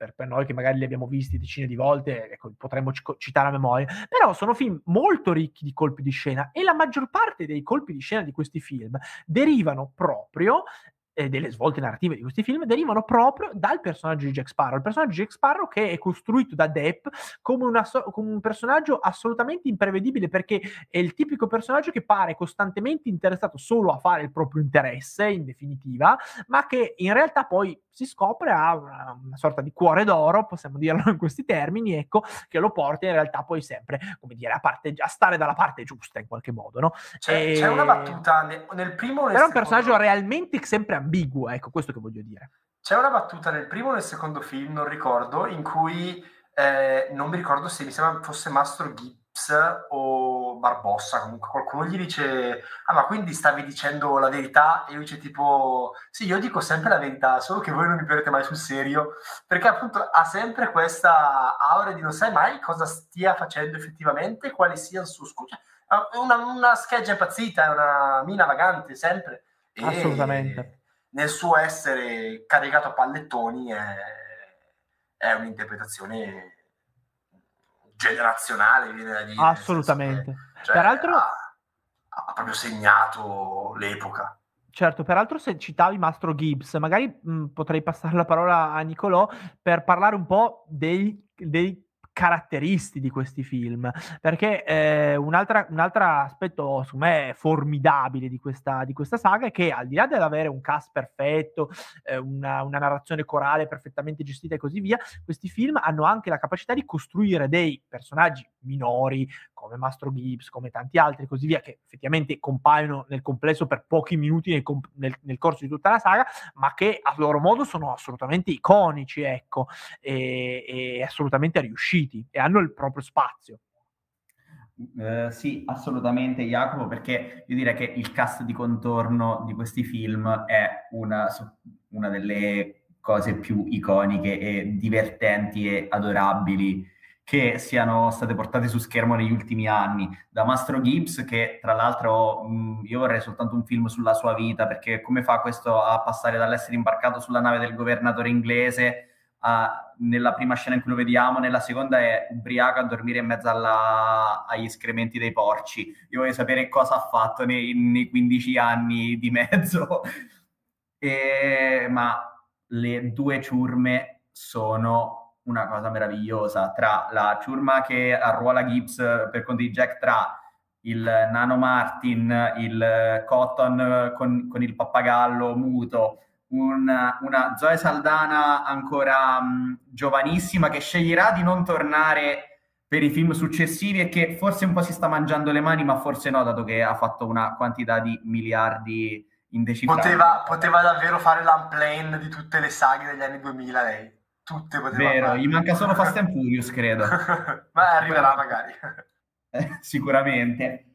per, per noi che magari li abbiamo visti decine di volte, ecco, potremmo citare a memoria, però sono film molto ricchi di colpi di scena, e la maggior parte dei colpi di scena di questi film derivano proprio e delle svolte narrative di questi film derivano proprio dal personaggio di Jack Sparrow. Il personaggio di Jack Sparrow che è costruito da Depp come, una so- come un personaggio assolutamente imprevedibile, perché è il tipico personaggio che pare costantemente interessato solo a fare il proprio interesse, in definitiva, ma che in realtà poi si scopre ha una, una sorta di cuore d'oro, possiamo dirlo in questi termini, ecco, che lo porta in realtà poi sempre, come dire, a, parte, a stare dalla parte giusta in qualche modo, no? C'è, e... c'è una battuta nel, nel primo o nel Però è un secondo... personaggio realmente sempre ambiguo, ecco, questo che voglio dire. C'è una battuta nel primo o nel secondo film, non ricordo, in cui eh, non mi ricordo se mi sembra fosse Mastro Gibbs o Barbossa, comunque qualcuno gli dice ah ma quindi stavi dicendo la verità? E lui dice tipo sì, io dico sempre la verità, solo che voi non mi prendete mai sul serio, perché appunto ha sempre questa aura di non sai mai cosa stia facendo effettivamente, quale sia il suo scudo. Una, una scheggia impazzita, è una mina vagante sempre. E assolutamente. Nel suo essere caricato a pallettoni è, è un'interpretazione generazionale, viene da dire. Assolutamente. Che, cioè, Peraltro ha, ha proprio segnato l'epoca. Certo, peraltro se citavi Mastro Gibbs, magari mh, potrei passare la parola a Nicolò per parlare un po' dei, dei caratteristi di questi film, perché eh, un'altra, un altro aspetto secondo me formidabile di questa, di questa saga è che al di là dell'avere un cast perfetto, eh, una, una narrazione corale perfettamente gestita e così via, questi film hanno anche la capacità di costruire dei personaggi minori come Mastro Gibbs, come tanti altri e così via, che effettivamente compaiono nel complesso per pochi minuti nel, nel, nel corso di tutta la saga, ma che a loro modo sono assolutamente iconici, ecco, e, e assolutamente riusciti, e hanno il proprio spazio. Uh, sì, assolutamente Jacopo, perché io direi che il cast di contorno di questi film è una, una delle cose più iconiche e divertenti e adorabili che siano state portate su schermo negli ultimi anni. Da Mastro Gibbs, che tra l'altro mh, io vorrei soltanto un film sulla sua vita, perché come fa questo a passare dall'essere imbarcato sulla nave del governatore inglese a, nella prima scena in cui lo vediamo, nella seconda è ubriaco a dormire in mezzo alla, agli escrementi dei porci. Io voglio sapere cosa ha fatto nei, nei quindici anni di mezzo. E, ma le due ciurme sono una cosa meravigliosa, tra la ciurma che arruola Gibbs per conto di Jack, tra il Nano Martin, il Cotton con, con il pappagallo muto, una, una Zoe Saldana ancora mh, giovanissima che sceglierà di non tornare per i film successivi e che forse un po' si sta mangiando le mani, ma forse no, dato che ha fatto una quantità di miliardi indecifrabili. Poteva, poteva davvero fare l'unplane di tutte le saghe degli anni duemila lei. Tutte poteva Vero, fare. gli manca solo Fast and Furious, credo. Ma arriverà magari. Eh, sicuramente.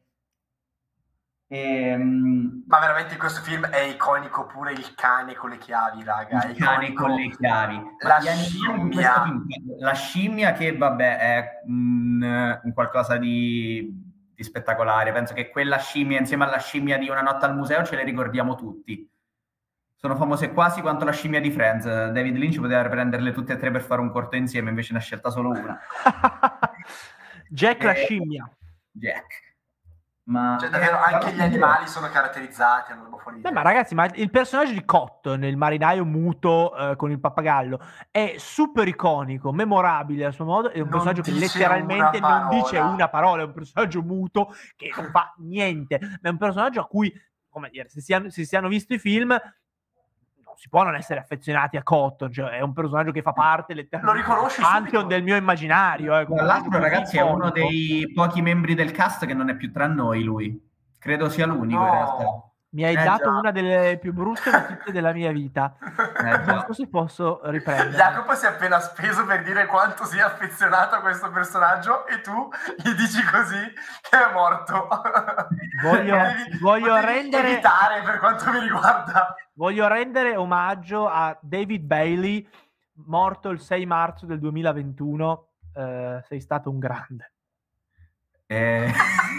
Ehm... Ma veramente in questo film è iconico pure il cane con le chiavi, raga. Il cane iconico. con le chiavi. La scimmia. Film, la scimmia che, vabbè, è un, un qualcosa di, di spettacolare. Penso che quella scimmia insieme alla scimmia di Una notte al museo ce le ricordiamo tutti. Sono famose quasi quanto la scimmia di Friends. David Lynch poteva prenderle tutte e tre per fare un corto insieme, invece ne ha scelta solo una. Jack eh, la scimmia. Jack. Ma cioè, davvero, eh, anche gli animali sono caratterizzati. Beh, ma ragazzi, ma il personaggio di Cotton, il marinaio muto eh, con il pappagallo, è super iconico, memorabile a suo modo. È un non personaggio che letteralmente non dice una parola. È un personaggio muto che non fa niente. Ma è un personaggio a cui, come dire, se si hanno, se si hanno visto i film, si può non essere affezionati a Cotton, cioè è un personaggio che fa parte letteralmente lo riconosci anche del mio immaginario. Eh, Tra l'altro, ragazzi, è uno dei pochi membri del cast che non è più tra noi, lui. Credo sia l'unico, no. in realtà. Mi hai eh, dato già. una delle più brutte notizie della mia vita. Eh, non so se posso riprendere. Jacopo si è appena speso per dire quanto sia affezionato a questo personaggio e tu gli dici così che è morto. Voglio, potevi, voglio potevi rendere evitare per quanto mi riguarda. Voglio rendere omaggio a David Bailey, morto il sei marzo del duemilaventuno. Eh, sei stato un grande. Eh...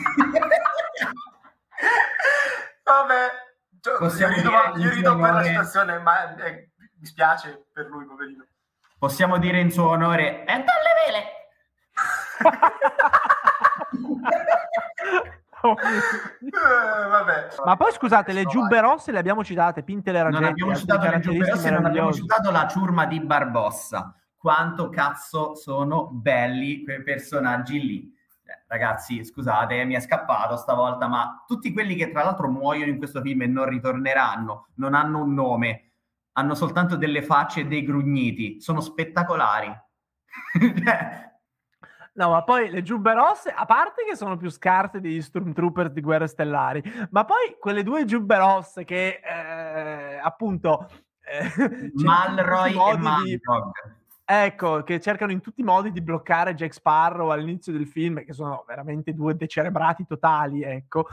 Vabbè, cioè, io rido, io rido per la signore... situazione, ma eh, mi spiace per lui, poverino. Possiamo dire in suo onore, e dalle vele! Oh, eh, vabbè. Ma poi scusate, le giubbe rosse le abbiamo citate, pinte le raggetti. Non abbiamo citato le giubbe rosse, non abbiamo citato la ciurma di Barbossa. Quanto cazzo sono belli quei personaggi lì. Eh, ragazzi, scusate, mi è scappato stavolta, ma tutti quelli che tra l'altro muoiono in questo film e non ritorneranno, non hanno un nome, hanno soltanto delle facce e dei grugniti, sono spettacolari. No, ma poi le giubbe rosse, a parte che sono più scarse degli Stormtroopers di Guerre Stellari, ma poi quelle due giubbe rosse che eh, appunto eh, Malroy e Malrog. Ecco, che cercano in tutti i modi di bloccare Jack Sparrow all'inizio del film, che sono veramente due decerebrati totali, ecco.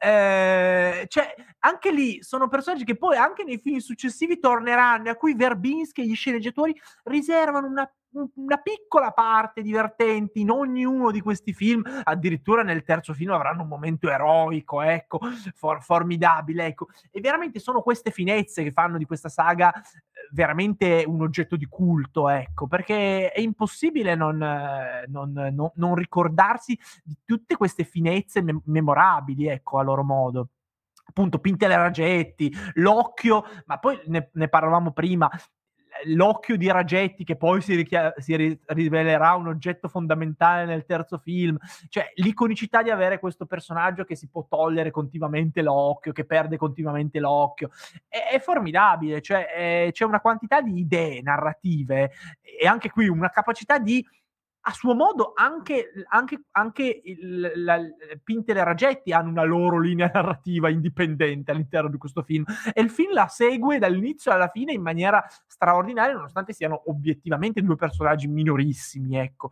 Eh, cioè, anche lì sono personaggi che poi anche nei film successivi torneranno, a cui Verbinski e gli sceneggiatori riservano una, una piccola parte divertente in ognuno di questi film. Addirittura nel terzo film avranno un momento eroico, ecco, for- formidabile, ecco. E veramente sono queste finezze che fanno di questa saga veramente un oggetto di culto, ecco, perché è impossibile non, non, non, non ricordarsi di tutte queste finezze mem- memorabili, ecco, a loro modo. Appunto, pinte le raggetti, l'occhio, ma poi ne, ne parlavamo prima, l'occhio di Ragetti che poi si, richia- si ri- rivelerà un oggetto fondamentale nel terzo film, cioè l'iconicità di avere questo personaggio che si può togliere continuamente l'occhio, che perde continuamente l'occhio, è, è formidabile, cioè è, c'è una quantità di idee narrative e anche qui una capacità di a suo modo anche, anche, anche il, la, Pinte e Ragetti hanno una loro linea narrativa indipendente all'interno di questo film e il film la segue dall'inizio alla fine in maniera straordinaria, nonostante siano obiettivamente due personaggi minorissimi, ecco,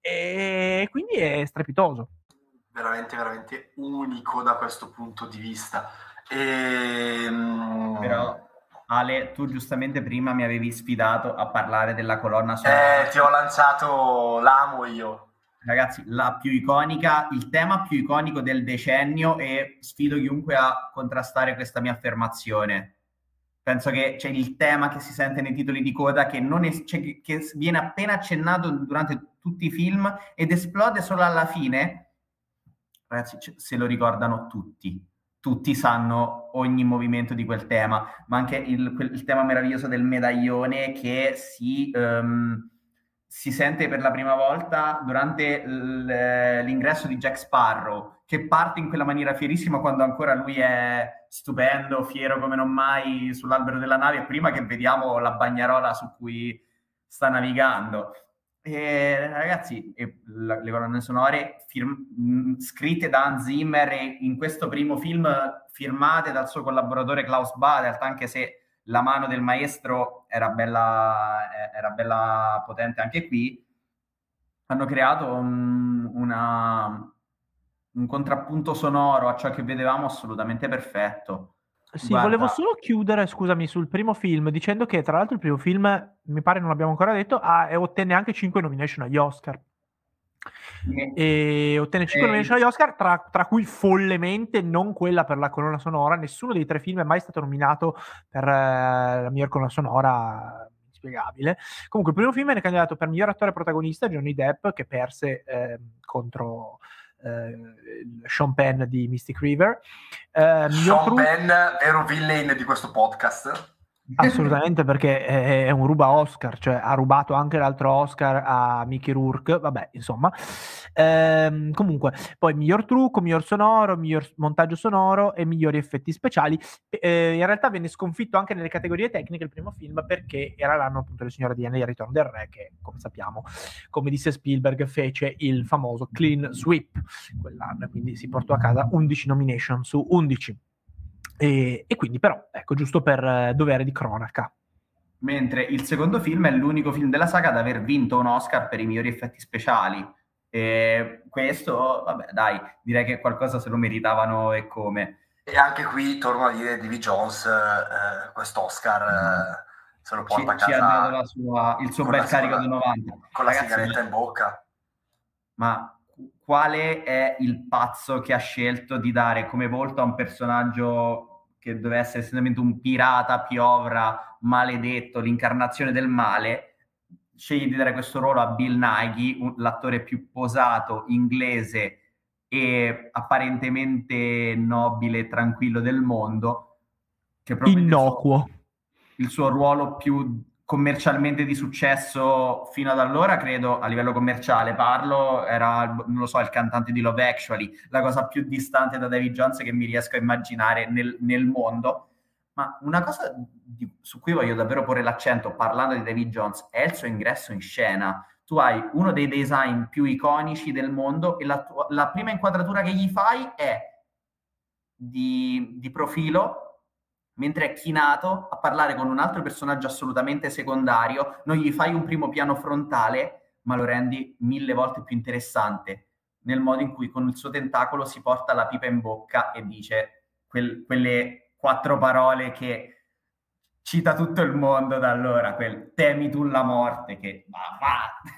e quindi è strepitoso, veramente veramente unico da questo punto di vista. E... però Ale, tu giustamente prima mi avevi sfidato a parlare della colonna sonora. Eh, ti ho lanciato l'amo io. Ragazzi, la più iconica, il tema più iconico del decennio e sfido chiunque a contrastare questa mia affermazione. Penso che c'è il tema che si sente nei titoli di coda che, non es- cioè, che, che viene appena accennato durante tutti i film ed esplode solo alla fine. Ragazzi, se lo ricordano tutti. Tutti sanno ogni movimento di quel tema, ma anche il, quel, il tema meraviglioso del medaglione che si, um, si sente per la prima volta durante l- l'ingresso di Jack Sparrow, che parte in quella maniera fierissima quando ancora lui è stupendo, fiero come non mai sull'albero della nave, e prima che vediamo la bagnarola su cui sta navigando. E, ragazzi, e, la, le colonne sonore firm, mh, scritte da Hans Zimmer e in questo primo film firmate dal suo collaboratore Klaus Badelt, anche se la mano del maestro era bella, era bella potente anche qui, hanno creato un, una, un contrappunto sonoro a ciò che vedevamo assolutamente perfetto. Sì, Guarda, volevo solo chiudere, scusami, sul primo film, dicendo che tra l'altro il primo film, mi pare non l'abbiamo ancora detto, ha, e ottenne anche cinque nomination agli Oscar. E ottenne cinque eh, nomination agli Oscar, tra, tra cui follemente non quella per la colonna sonora. Nessuno dei tre film è mai stato nominato per eh, la miglior colonna sonora, inspiegabile. Comunque il primo film è candidato per miglior attore protagonista, Johnny Depp, che perse eh, contro... Uh, Sean Penn di Mystic River, uh, Sean tru- Penn, vero villain di questo podcast. Assolutamente, perché è, è un ruba Oscar, cioè ha rubato anche l'altro Oscar a Mickey Rourke, vabbè, insomma. Ehm, comunque, poi miglior trucco, miglior sonoro, miglior montaggio sonoro e migliori effetti speciali. Eh, in realtà venne sconfitto anche nelle categorie tecniche il primo film perché era l'anno appunto del Signore Diana e il Ritorno del Re, che come sappiamo, come disse Spielberg, fece il famoso clean sweep quell'anno, quindi si portò a casa undici nomination su undici. E, e quindi però, ecco, giusto per eh, dovere di cronaca. Mentre il secondo film è l'unico film della saga ad aver vinto un Oscar per i migliori effetti speciali. E questo, vabbè, dai, direi che qualcosa se lo meritavano e come. E anche qui, torno a dire, Davy Jones, eh, quest'Oscar eh, se lo porta ci, a casa. Ci ha dato la sua, il suo bel carico da novanta. Con Ragazzi, la sigaretta in bocca. Ma quale è il pazzo che ha scelto di dare come volto a un personaggio che doveva essere essenzialmente un pirata, piovra, maledetto, l'incarnazione del male, sceglie di dare questo ruolo a Bill Nighy, un, l'attore più posato, inglese e apparentemente nobile e tranquillo del mondo, che proprio innocuo. Il suo, il suo ruolo più commercialmente di successo fino ad allora, credo, a livello commerciale parlo, era, non lo so, il cantante di Love Actually, la cosa più distante da Davy Jones che mi riesco a immaginare nel, nel mondo. Ma una cosa di, su cui voglio davvero porre l'accento parlando di Davy Jones è il suo ingresso in scena. Tu hai uno dei design più iconici del mondo e la, tua, la prima inquadratura che gli fai è di, di profilo, mentre è chinato a parlare con un altro personaggio assolutamente secondario. Non gli fai un primo piano frontale, ma lo rendi mille volte più interessante nel modo in cui con il suo tentacolo si porta la pipa in bocca e dice quel, quelle quattro parole che cita tutto il mondo da allora, quel temi tu la morte, che va, va.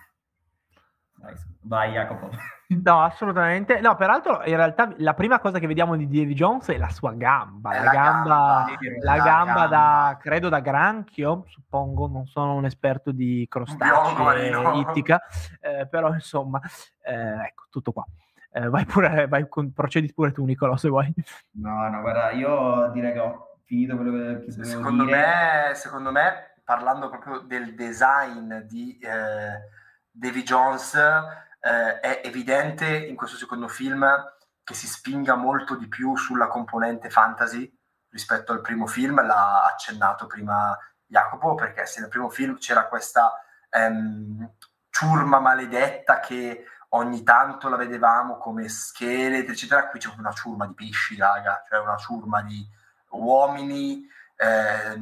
Vai, vai Jacopo. No, assolutamente. No, peraltro in realtà la prima cosa che vediamo di Davy Jones è la sua gamba, È la, la gamba, gamba, la la gamba, gamba. da, credo da granchio, suppongo, non sono un esperto di crostacei, ittica, eh, però insomma, eh, ecco, tutto qua. Eh, vai pure, vai, procedi pure tu Nicolò se vuoi. No, no, guarda, io direi che ho finito quello che dovevo secondo dire. Me, secondo me, parlando proprio del design di eh, Davy Jones, eh, è evidente in questo secondo film che si spinga molto di più sulla componente fantasy rispetto al primo film. L'ha accennato prima Jacopo, perché se nel primo film c'era questa ehm, ciurma maledetta che ogni tanto la vedevamo come scheletri, eccetera, qui c'è una ciurma di pesci, raga, cioè una ciurma di uomini eh,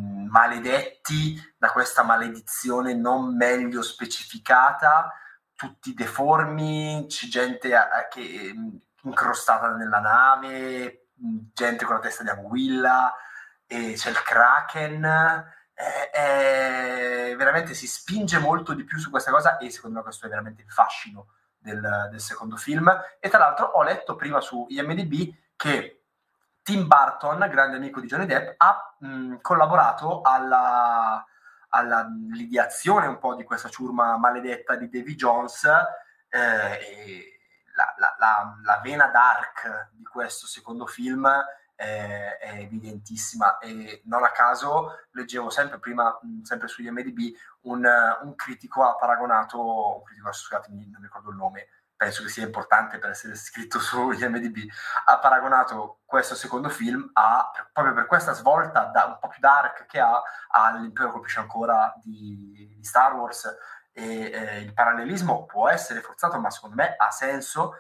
maledetti da questa maledizione non meglio specificata, tutti deformi, c'è gente a, che incrostata nella nave, gente con la testa di anguilla, e c'è il Kraken, eh, eh, veramente si spinge molto di più su questa cosa, e secondo me questo è veramente il fascino del, del secondo film. E tra l'altro ho letto prima su I M D B che Tim Burton, grande amico di Johnny Depp, ha mh, collaborato alla, all'ideazione un po' di questa ciurma maledetta di Davy Jones, eh, e la, la, la, la vena dark di questo secondo film eh, è evidentissima, e non a caso leggevo sempre prima, mh, sempre su I M D B, un, un critico ha paragonato, un critico, scusatemi, non mi ricordo il nome, penso che sia importante per essere scritto su I M D B, ha paragonato questo secondo film a, proprio per questa svolta da, un po' più dark che ha, all'Impero colpisce ancora di, di Star Wars, e eh, il parallelismo può essere forzato, ma secondo me ha senso.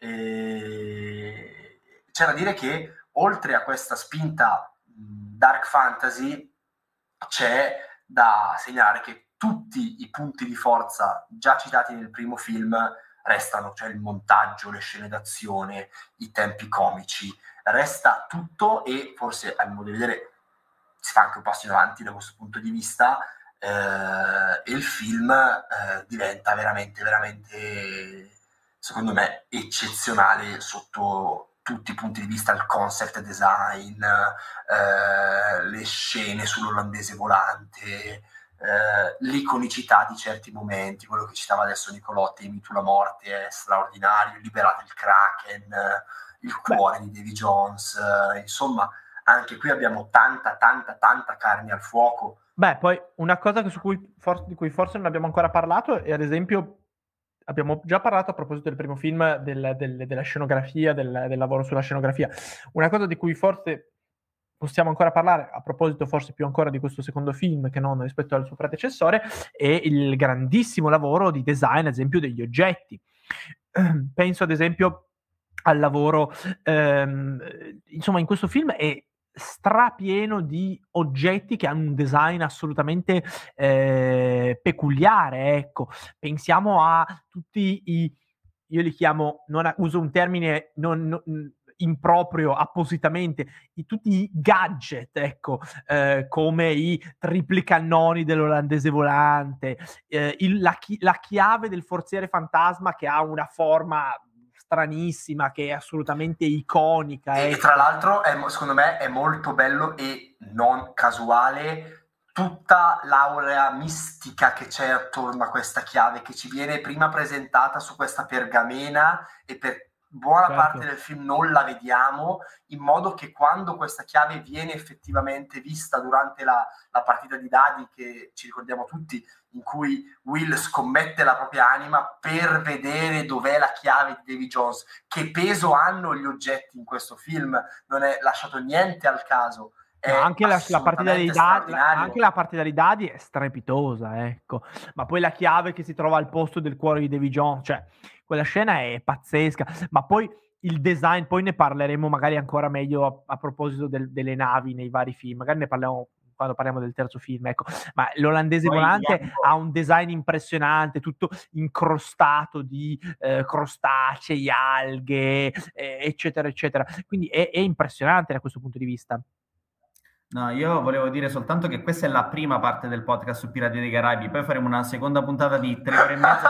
E c'è da dire che oltre a questa spinta dark fantasy c'è da segnalare che tutti i punti di forza già citati nel primo film restano, cioè il montaggio, le scene d'azione, i tempi comici, resta tutto, e forse a mio modo di vedere si fa anche un passo in avanti da questo punto di vista, eh, e il film eh, diventa veramente, veramente, secondo me, eccezionale sotto tutti i punti di vista, il concept design, eh, le scene sull'olandese volante, Uh, l'iconicità di certi momenti, quello che citava adesso Nicolò, temi tu la morte è straordinario, liberate il Kraken, uh, il cuore Beh. di Davy Jones, uh, insomma anche qui abbiamo tanta tanta tanta carne al fuoco. Beh, poi una cosa che su cui forse, di cui forse non abbiamo ancora parlato è, ad esempio, abbiamo già parlato a proposito del primo film del, del, della scenografia, del, del lavoro sulla scenografia, una cosa di cui forse possiamo ancora parlare, a proposito forse più ancora di questo secondo film che non rispetto al suo predecessore, è il grandissimo lavoro di design, ad esempio, degli oggetti. Penso ad esempio al lavoro, ehm, insomma in questo film è strapieno di oggetti che hanno un design assolutamente eh, peculiare, ecco. Pensiamo a tutti i, io li chiamo, non uso un termine non, non improprio appositamente, di tutti i gadget, ecco, eh, come i tripli cannoni dell'olandese volante, eh, il, la, chi, la chiave del forziere fantasma che ha una forma stranissima, che è assolutamente iconica. E, ecco. e tra l'altro, è, secondo me, è molto bello e non casuale tutta l'aurea mistica che c'è attorno a questa chiave, che ci viene prima presentata su questa pergamena e per buona Certo. parte del film non la vediamo, in modo che quando questa chiave viene effettivamente vista durante la, la partita di dadi, che ci ricordiamo tutti, in cui Will scommette la propria anima per vedere dov'è la chiave di Davy Jones, che peso hanno gli oggetti in questo film, non è lasciato niente al caso. No, anche, la, la partita dei dadi, anche la partita dei dadi è strepitosa, ecco. Ma poi la chiave che si trova al posto del cuore di Davy Jones, cioè quella scena è pazzesca. Ma poi il design, poi ne parleremo magari ancora meglio a, a proposito del, delle navi nei vari film, magari ne parliamo quando parliamo del terzo film, ecco. Ma l'Olandese Poi, Volante yeah. ha un design impressionante, tutto incrostato di eh, crostacei, alghe, eh, eccetera, eccetera. Quindi è, è impressionante da questo punto di vista. No, io volevo dire soltanto che questa è la prima parte del podcast su Pirati dei Caraibi, poi faremo una seconda puntata di tre ore e mezza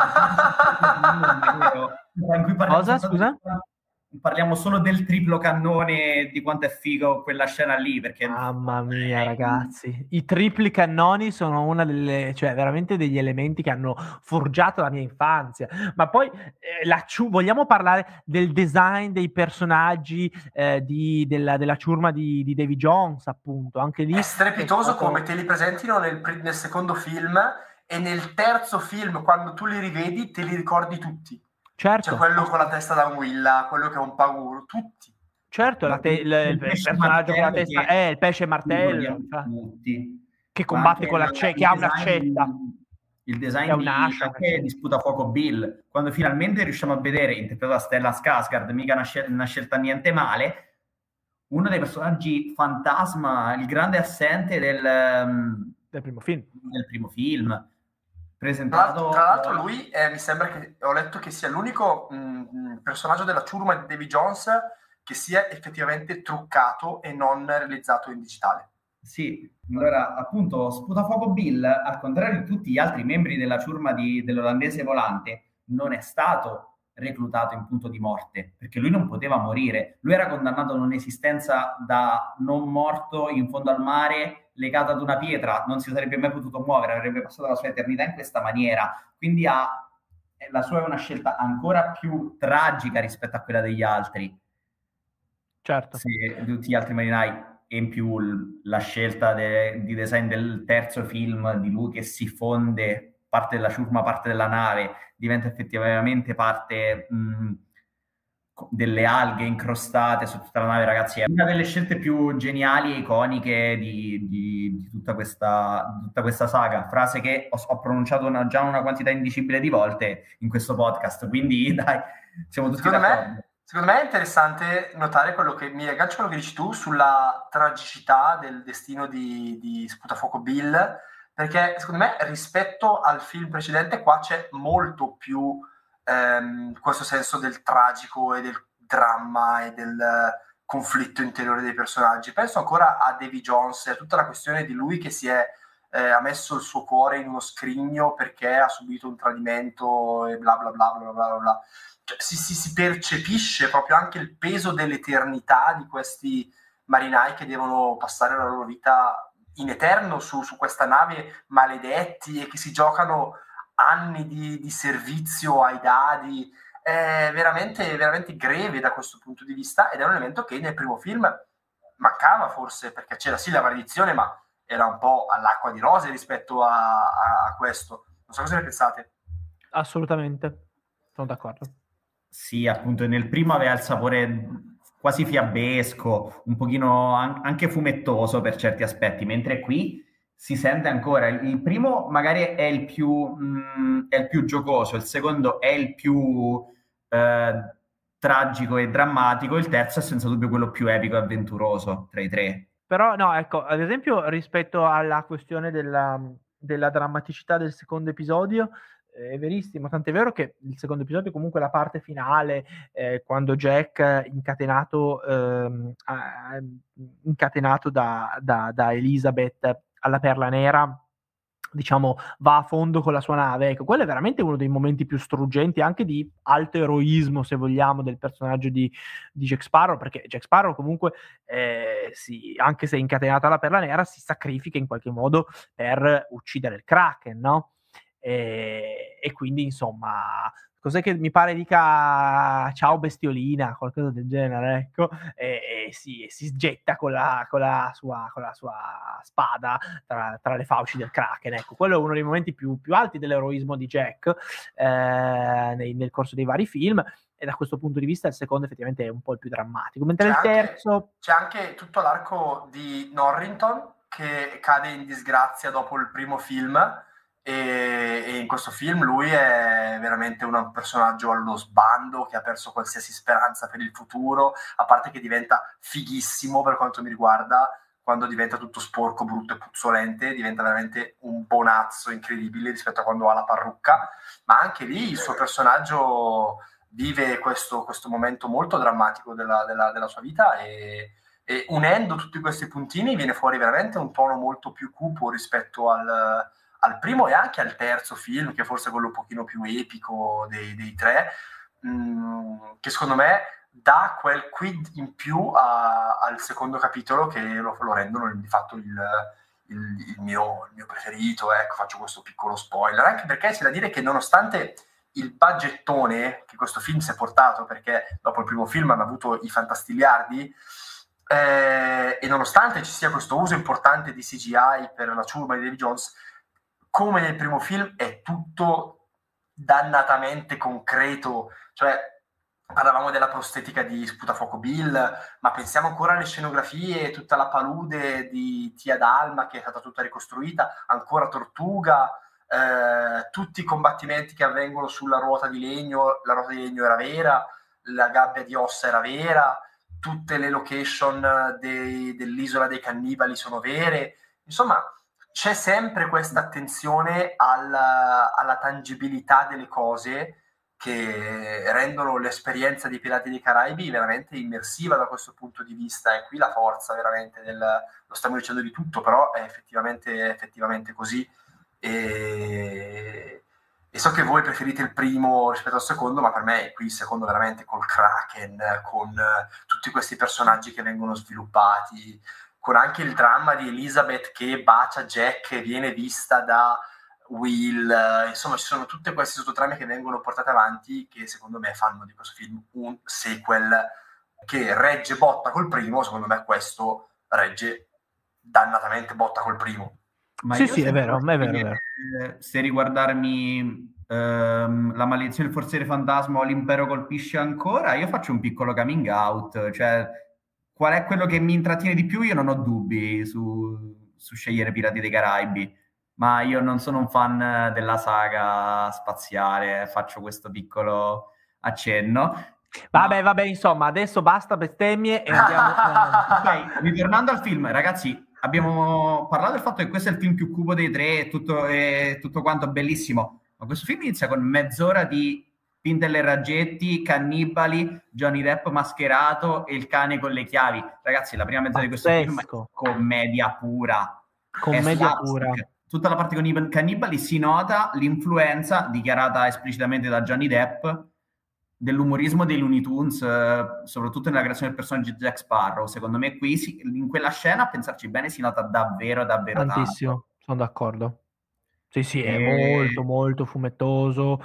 in cui parliamo Cosa, scusa? Parliamo solo del triplo cannone, di quanto è figo quella scena lì, perché mamma mia, ragazzi, i tripli cannoni sono una delle, cioè veramente degli elementi che hanno forgiato la mia infanzia. Ma poi eh, la ciu- vogliamo parlare del design dei personaggi eh, di, della, della ciurma di, di Davy Jones, appunto, anche lì è strepitoso è stato... come te li presentino nel, nel secondo film, e nel terzo film, quando tu li rivedi, te li ricordi tutti. Certo. C'è quello con la testa d'anguilla, quello che è un pauro, tutti. Certo, la te- il, il, il personaggio con la testa è eh, il pesce martello, tutti. che combatte con la ce- che ha un'accetta. Il design di, anche di Sputafuoco Bill, quando finalmente riusciamo a vedere, interpretato da Stellan Skarsgård, mica una, scel- una scelta niente male, uno dei personaggi fantasma, il grande assente del, um, del primo film. Del primo film. Presentato... Tra l'altro lui, eh, mi sembra che ho letto che sia l'unico mh, personaggio della ciurma di Davy Jones che sia effettivamente truccato e non realizzato in digitale. Sì, allora appunto Sputafuoco Bill, al contrario di tutti gli altri membri della ciurma di, dell'Olandese Volante, non è stato reclutato in punto di morte, perché lui non poteva morire. Lui era condannato a un'esistenza da non morto in fondo al mare, legato ad una pietra, non si sarebbe mai potuto muovere, avrebbe passato la sua eternità in questa maniera. Quindi ha, la sua è una scelta ancora più tragica rispetto a quella degli altri. Certo. Se di tutti gli altri marinai, e in più la scelta de, di design del terzo film di lui che si fonde, parte della ciurma, parte della nave, diventa effettivamente parte mh, delle alghe incrostate su tutta la nave, ragazzi, è una delle scelte più geniali e iconiche di, di, di tutta, questa, tutta questa saga, frase che ho, ho pronunciato una, già una quantità indicibile di volte in questo podcast, quindi dai, siamo tutti secondo d'accordo. Me... Secondo me è interessante notare quello che mi aggancio a quello che dici tu sulla tragicità del destino di, di Sputafuoco Bill, perché secondo me rispetto al film precedente qua c'è molto più ehm, questo senso del tragico e del dramma e del conflitto interiore dei personaggi. Penso ancora a Davy Jones e a tutta la questione di lui che si è eh, ha messo il suo cuore in uno scrigno perché ha subito un tradimento e bla bla bla bla bla bla bla. Si, si, si percepisce proprio anche il peso dell'eternità di questi marinai che devono passare la loro vita in eterno su, su questa nave maledetti e che si giocano anni di, di servizio ai dadi. È veramente, veramente greve da questo punto di vista ed è un elemento che nel primo film mancava forse, perché c'era sì la maledizione, ma era un po' all'acqua di rose rispetto a, a, a questo. Non so cosa ne pensate. Assolutamente, sono d'accordo. Sì, appunto, nel primo aveva il sapore quasi fiabesco, un pochino anche fumettoso per certi aspetti, mentre qui si sente ancora. Il primo magari è il più, mh, è il più giocoso, il secondo è il più eh, tragico e drammatico, il terzo è senza dubbio quello più epico e avventuroso tra i tre. Però no, ecco, ad esempio rispetto alla questione della, della drammaticità del secondo episodio, è verissimo, tant'è vero che il secondo episodio, comunque la parte finale, eh, quando Jack incatenato, ehm, incatenato da, da, da Elizabeth alla Perla Nera, diciamo, va a fondo con la sua nave. Ecco, quello è veramente uno dei momenti più struggenti, anche di alto eroismo, se vogliamo, del personaggio di, di Jack Sparrow, perché Jack Sparrow comunque, eh, si, anche se è incatenato alla Perla Nera, si sacrifica in qualche modo per uccidere il Kraken, no? E, e quindi, insomma, cos'è che mi pare dica ciao bestiolina, qualcosa del genere, ecco, e, e si, e si getta con la, con, la sua, con la sua spada tra, tra le fauci del Kraken, ecco. Quello è uno dei momenti più, più alti dell'eroismo di Jack, eh, nei, nel corso dei vari film, e da questo punto di vista il secondo effettivamente è un po' il più drammatico, mentre c'è il anche, terzo... c'è anche tutto l'arco di Norrington che cade in disgrazia dopo il primo film, e, e in questo film lui è veramente un personaggio allo sbando che ha perso qualsiasi speranza per il futuro, a parte che diventa fighissimo per quanto mi riguarda. Quando diventa tutto sporco, brutto e puzzolente, diventa veramente un bonazzo incredibile rispetto a quando ha la parrucca, ma anche lì il suo personaggio vive questo, questo momento molto drammatico della, della, della sua vita, e, e unendo tutti questi puntini viene fuori veramente un tono molto più cupo rispetto al, al primo e anche al terzo film, che è forse quello un pochino più epico dei, dei tre, mh, che secondo me dà quel quid in più a, al secondo capitolo, che lo, lo rendono di fatto il, il, il, mio, il mio preferito. Ecco, faccio questo piccolo spoiler, anche perché c'è da dire che nonostante il budgettone che questo film si è portato, perché dopo il primo film hanno avuto i fantastiliardi, eh, e nonostante ci sia questo uso importante di C G I per la ciurma di Davy Jones, come nel primo film è tutto dannatamente concreto. Cioè, parlavamo della prostetica di Sputafuoco Bill, ma pensiamo ancora alle scenografie, tutta la palude di Tia Dalma che è stata tutta ricostruita, ancora Tortuga, eh, tutti i combattimenti che avvengono sulla ruota di legno, la ruota di legno era vera, la gabbia di ossa era vera, tutte le location dei, dell'isola dei cannibali sono vere. Insomma, c'è sempre questa attenzione alla, alla tangibilità delle cose, che rendono l'esperienza di Pirati dei Caraibi veramente immersiva da questo punto di vista. E qui la forza veramente del, lo stiamo dicendo di tutto, però è effettivamente, effettivamente così. E, e so che voi preferite il primo rispetto al secondo, ma per me qui il secondo veramente, col Kraken, con tutti questi personaggi che vengono sviluppati, con anche il dramma di Elizabeth che bacia Jack e viene vista da Will, insomma ci sono tutte queste sottotrame che vengono portate avanti, che secondo me fanno di questo film un sequel che regge botta col primo. Secondo me questo regge dannatamente botta col primo. Ma sì, io sì, è vero, è vero, è vero. Se riguardarmi ehm, La maledizione del forziere fantasma o L'impero colpisce ancora, io faccio un piccolo coming out. Cioè, qual è quello che mi intrattiene di più? Io non ho dubbi su, su scegliere Pirati dei Caraibi, ma io non sono un fan della saga spaziale, faccio questo piccolo accenno. Vabbè, vabbè, insomma, adesso basta bestemmie e andiamo... Ok, ritornando al film, ragazzi, abbiamo parlato del fatto che questo è il film più cupo dei tre, è tutto, è tutto quanto bellissimo, ma questo film inizia con mezz'ora di pintelle e raggetti, cannibali, Johnny Depp mascherato e il cane con le chiavi. Ragazzi, la prima mezz'ora di questo film è commedia pura. Commedia pura. Tutta la parte con i cannibali si nota l'influenza, dichiarata esplicitamente da Johnny Depp, dell'umorismo dei Looney Tunes, eh, soprattutto nella creazione del personaggio di Jack Sparrow. Secondo me qui, si, in quella scena, a pensarci bene, si nota davvero, davvero tantissimo, tanto. Sono d'accordo. Sì, sì, è e... molto, molto fumettoso,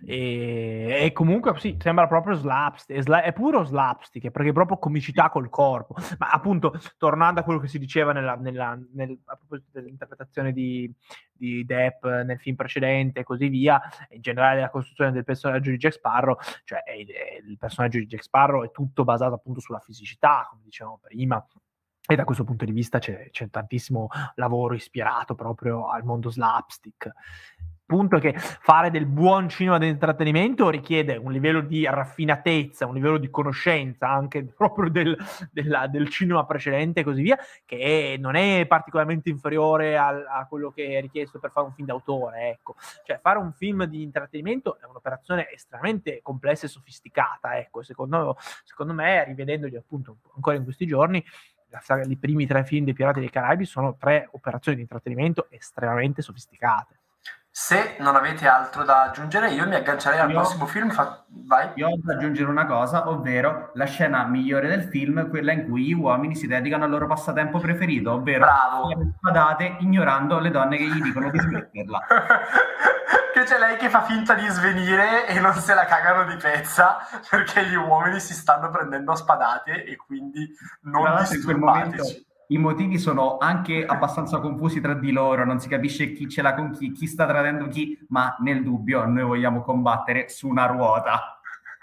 e, e comunque sì, sembra proprio slapstick, è, sla... è puro slapstick, perché è proprio comicità col corpo. Ma appunto, tornando a quello che si diceva nella, nella, nel, a proposito dell'interpretazione di, di Depp nel film precedente e così via, in generale la costruzione del personaggio di Jack Sparrow, cioè è, è, il personaggio di Jack Sparrow è tutto basato appunto sulla fisicità, come dicevamo prima. E da questo punto di vista c'è, c'è tantissimo lavoro ispirato proprio al mondo slapstick. Punto è che fare del buon cinema di intrattenimento richiede un livello di raffinatezza, un livello di conoscenza anche proprio del, della, del cinema precedente e così via, che non è particolarmente inferiore al, a quello che è richiesto per fare un film d'autore. Ecco. Cioè, fare un film di intrattenimento è un'operazione estremamente complessa e sofisticata. Ecco. Secondo, secondo me, rivedendoli appunto ancora in questi giorni, la saga, i primi tre film dei Pirati dei Caraibi sono tre operazioni di intrattenimento estremamente sofisticate. Se non avete altro da aggiungere, io mi aggancerei al Io- prossimo film. Fa... Vai. Io ho da aggiungere una cosa, ovvero la scena migliore del film, quella in cui gli uomini si dedicano al loro passatempo preferito, ovvero Bravo. fare spadate ignorando le donne che gli dicono di smetterla. Che c'è lei che fa finta di svenire e non se la cagano di pezza perché gli uomini si stanno prendendo a spadate e quindi non Tra l'altro, in quel momento disturbateci. i motivi sono anche abbastanza confusi tra di loro, non si capisce chi ce l'ha con chi, chi sta tradendo chi, ma nel dubbio noi vogliamo combattere su una ruota.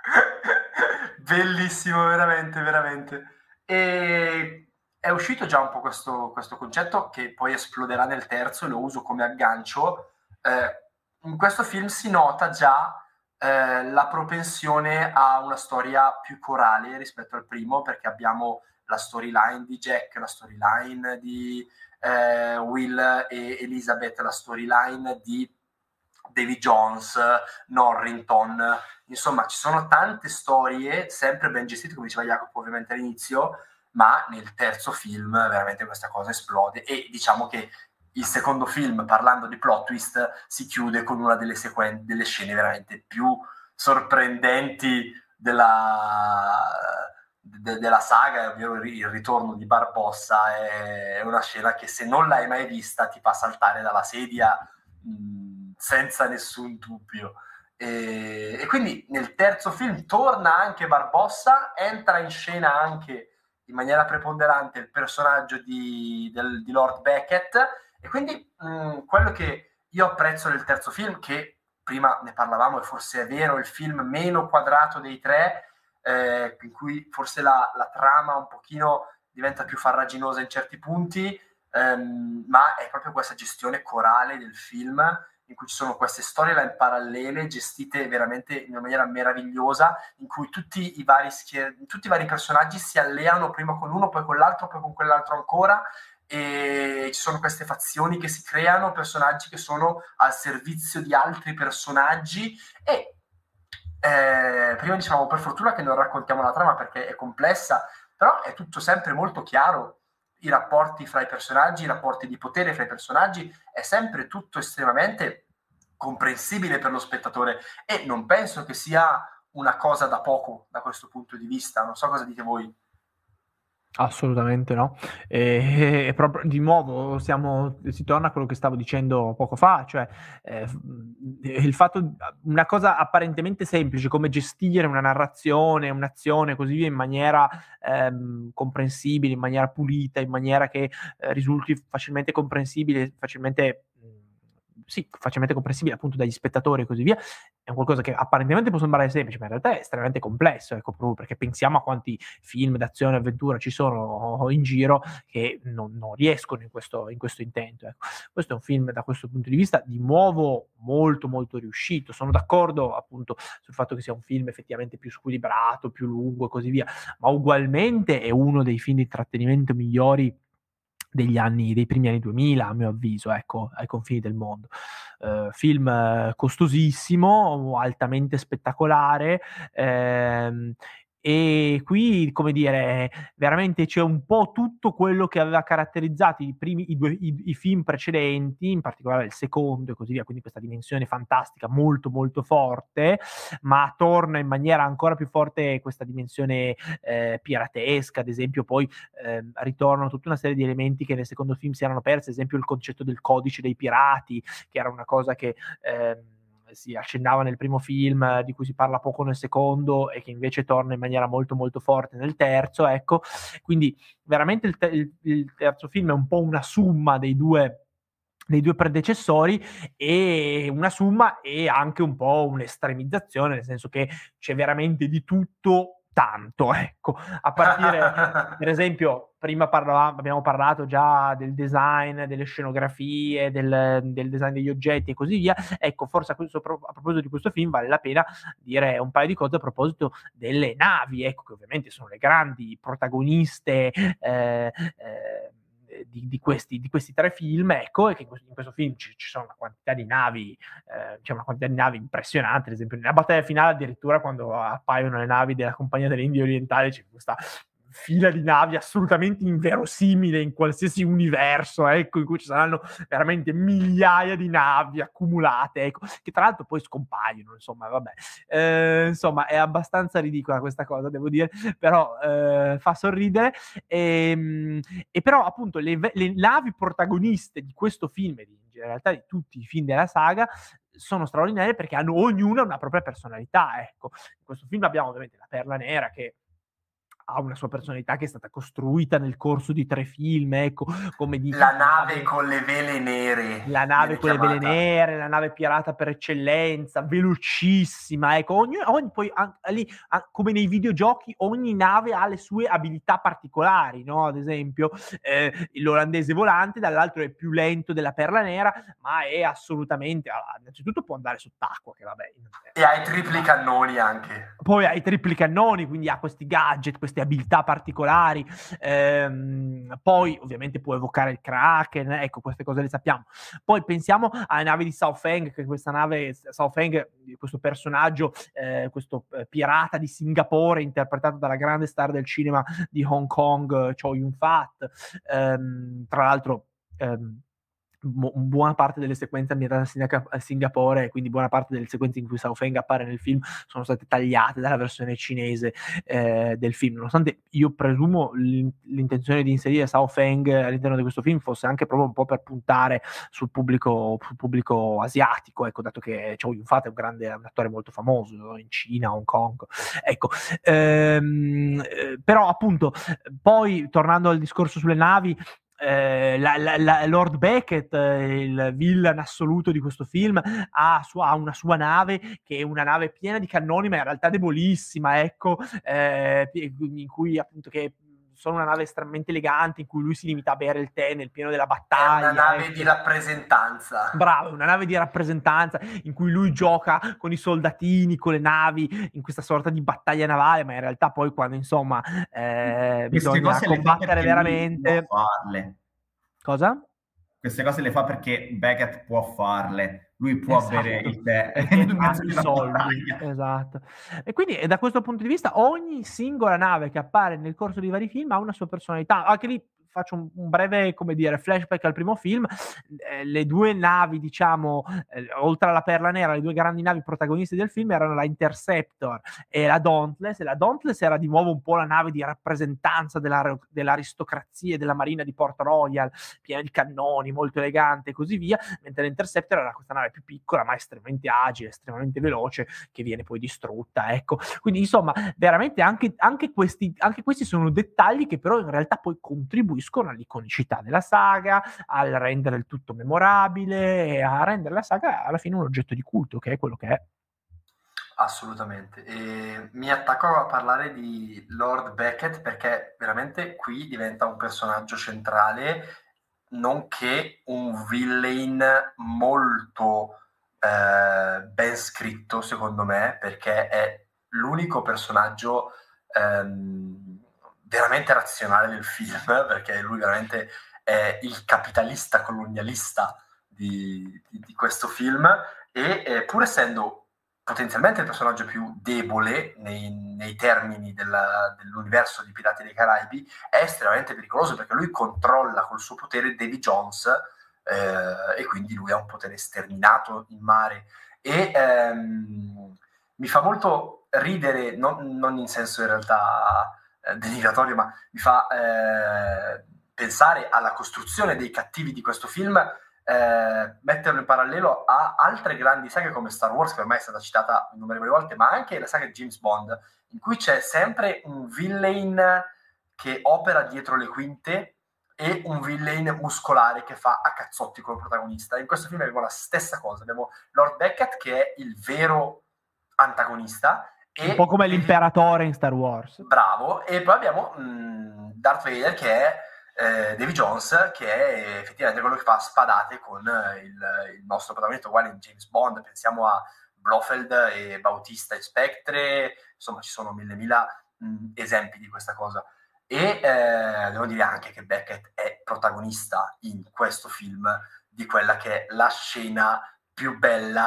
Bellissimo, veramente, veramente. E è uscito già un po' questo, questo concetto che poi esploderà nel terzo e lo uso come aggancio. Eh, in questo film si nota già eh, la propensione a una storia più corale rispetto al primo, perché abbiamo la storyline di Jack, la storyline di eh, Will e Elizabeth, la storyline di Davy Jones, Norrington, insomma ci sono tante storie sempre ben gestite, come diceva Jacopo ovviamente all'inizio, ma nel terzo film veramente questa cosa esplode e diciamo che il secondo film, parlando di plot twist, si chiude con una delle, sequen- delle scene veramente più sorprendenti della, de- della saga, ovvero il ritorno di Barbossa. È una scena che se non l'hai mai vista ti fa saltare dalla sedia mh, senza nessun dubbio. E, e quindi nel terzo film torna anche Barbossa, entra in scena anche in maniera preponderante il personaggio di, del, di Lord Beckett, e quindi mh, quello che io apprezzo del terzo film, che prima ne parlavamo e forse è vero, il film meno quadrato dei tre, eh, in cui forse la, la trama un pochino diventa più farraginosa in certi punti, ehm, ma è proprio questa gestione corale del film, in cui ci sono queste storyline parallele gestite veramente in una maniera meravigliosa, in cui tutti i vari, schier- tutti i vari personaggi si alleano prima con uno, poi con l'altro, poi con quell'altro ancora, e ci sono queste fazioni che si creano, personaggi che sono al servizio di altri personaggi. E eh, prima dicevamo per fortuna che non raccontiamo la trama perché è complessa, però è tutto sempre molto chiaro. I rapporti fra i personaggi, i rapporti di potere fra i personaggi, è sempre tutto estremamente comprensibile per lo spettatore, e non penso che sia una cosa da poco da questo punto di vista. Non so cosa dite voi. Assolutamente no. E, e proprio di nuovo siamo, si torna a quello che stavo dicendo poco fa, cioè eh, il fatto, una cosa apparentemente semplice come gestire una narrazione, un'azione così via in maniera ehm, comprensibile, in maniera pulita, in maniera che eh, risulti facilmente comprensibile, facilmente sì, facilmente comprensibile appunto dagli spettatori e così via, è un qualcosa che apparentemente può sembrare semplice, ma in realtà è estremamente complesso, ecco, proprio perché pensiamo a quanti film d'azione e avventura ci sono in giro che non, non riescono in questo, in questo intento. Ecco. Questo è un film da questo punto di vista di nuovo molto molto riuscito. Sono d'accordo appunto sul fatto che sia un film effettivamente più squilibrato, più lungo e così via, ma ugualmente è uno dei film di intrattenimento migliori degli anni, dei primi anni duemila, a mio avviso, ecco, ai confini del mondo. Uh, film costosissimo, altamente spettacolare, ehm, e qui, come dire, veramente c'è un po' tutto quello che aveva caratterizzato i primi, i, due, i, i film precedenti, in particolare il secondo e così via, quindi questa dimensione fantastica molto molto forte, ma torna in maniera ancora più forte questa dimensione eh, piratesca, ad esempio poi eh, ritornano tutta una serie di elementi che nel secondo film si erano persi, ad esempio il concetto del codice dei pirati, che era una cosa che eh, si accennava nel primo film, di cui si parla poco nel secondo e che invece torna in maniera molto molto forte nel terzo, ecco. Quindi veramente il, te- il, il terzo film è un po' una summa dei due dei due predecessori, e una summa e anche un po' un'estremizzazione, nel senso che c'è veramente di tutto tanto, ecco, a partire per esempio, prima parlavamo, abbiamo parlato già del design, delle scenografie, del, del design degli oggetti e così via. Ecco, forse a, questo, a proposito di questo film vale la pena dire un paio di cose a proposito delle navi, ecco, che ovviamente sono le grandi protagoniste eh, eh, Di, di, questi, di questi tre film, ecco, e che in questo film ci, ci sono una quantità di navi, eh, c'è una quantità di navi impressionante. Ad esempio nella battaglia finale, addirittura quando appaiono le navi della Compagnia delle Indie Orientali, c'è questa fila di navi assolutamente inverosimile in qualsiasi universo, ecco, in cui ci saranno veramente migliaia di navi accumulate, ecco, che tra l'altro poi scompaiono, insomma, vabbè. Eh, insomma, è abbastanza ridicola questa cosa, devo dire, però eh, fa sorridere. E, e però, appunto, le, le navi protagoniste di questo film, e in realtà di tutti i film della saga, sono straordinarie perché hanno ognuna una propria personalità, ecco. In questo film abbiamo ovviamente la Perla Nera, che ha una sua personalità che è stata costruita nel corso di tre film, ecco, come di la nave, nave con le vele nere, la nave con chiamata. le vele nere, la nave pirata per eccellenza, velocissima, ecco, ogni, ogni poi a, lì, a, come nei videogiochi, ogni nave ha le sue abilità particolari, no? Ad esempio eh, l'olandese volante, dall'altro è più lento della Perla Nera, ma è assolutamente, allora, innanzitutto può andare sott'acqua, che vabbè, e ha i tripli cannoni anche, poi ha i tripli cannoni, quindi ha questi gadget, queste abilità particolari, ehm, poi ovviamente può evocare il Kraken, ecco, queste cose le sappiamo. Poi pensiamo alle navi di Southend, che questa nave, Southend, questo personaggio, eh, questo pirata di Singapore, interpretato dalla grande star del cinema di Hong Kong, Chow Yun-fat, ehm, tra l'altro ehm, buona parte delle sequenze ambientate a Singapore, quindi buona parte delle sequenze in cui Southend appare nel film sono state tagliate dalla versione cinese eh, del film, nonostante io presumo l'intenzione di inserire Southend all'interno di questo film fosse anche proprio un po' per puntare sul pubblico, sul pubblico asiatico, ecco, dato che Chow Yun-fat è un grande un attore molto famoso in Cina, Hong Kong, ecco. Ehm, però appunto poi tornando al discorso sulle navi, Eh, la, la, la Lord Beckett, eh, il villain assoluto di questo film, ha, sua, ha una sua nave che è una nave piena di cannoni, ma in realtà debolissima, ecco, eh, in cui appunto che sono una nave estremamente elegante in cui lui si limita a bere il tè nel pieno della battaglia. È una nave ecco. di rappresentanza. Bravo, una nave di rappresentanza in cui lui gioca con i soldatini, con le navi, in questa sorta di battaglia navale, ma in realtà poi quando insomma eh, bisogna combattere veramente... Può farle. Cosa? Queste cose le fa perché Beckett può farle. Lui può esatto, bere il tè perché ha i soldi, esatto. E quindi da questo punto di vista ogni singola nave che appare nel corso dei vari film ha una sua personalità. Anche lì faccio un, un breve, come dire, flashback al primo film. Eh, le due navi, diciamo, eh, oltre alla Perla Nera, le due grandi navi protagoniste del film erano la Interceptor e la Dauntless, e la Dauntless era di nuovo un po' la nave di rappresentanza della, dell'aristocrazia e della marina di Port Royal, piena di cannoni, molto elegante e così via, mentre l'Interceptor era questa nave più piccola ma estremamente agile, estremamente veloce, che viene poi distrutta, ecco. Quindi insomma veramente anche, anche, questi, anche questi sono dettagli che però in realtà poi contribuiscono all'iconicità della saga, al rendere il tutto memorabile e a rendere la saga alla fine un oggetto di culto, che è quello che è. Assolutamente. E mi attacco a parlare di Lord Beckett perché veramente qui diventa un personaggio centrale, nonché un villain molto eh, ben scritto, secondo me, perché è l'unico personaggio ehm, veramente razionale del film, perché lui veramente è il capitalista colonialista di, di, di questo film, e eh, pur essendo potenzialmente il personaggio più debole nei, nei termini della, dell'universo di Pirati dei Caraibi, è estremamente pericoloso perché lui controlla col suo potere Davy Jones, eh, e quindi lui ha un potere sterminato in mare. E ehm, mi fa molto ridere, non, non in senso in realtà eh, denigratorio, ma mi fa eh, pensare alla costruzione dei cattivi di questo film, eh, metterlo in parallelo a altre grandi saghe come Star Wars, che ormai è stata citata innumerevoli volte, ma anche la saga di James Bond, in cui c'è sempre un villain che opera dietro le quinte e un villain muscolare che fa a cazzotti con il protagonista. In questo film abbiamo la stessa cosa, abbiamo Lord Beckett che è il vero antagonista, e un po' come l'imperatore in Star Wars. Bravo. E poi abbiamo mh, Darth Vader che è eh, Davy Jones, che è effettivamente quello che fa spadate con il, il nostro protagonista, uguale in James Bond. Pensiamo a Blofeld e Bautista e Spectre, insomma ci sono mille mila mh, esempi di questa cosa. E eh, devo dire anche che Beckett è protagonista in questo film di quella che è la scena più bella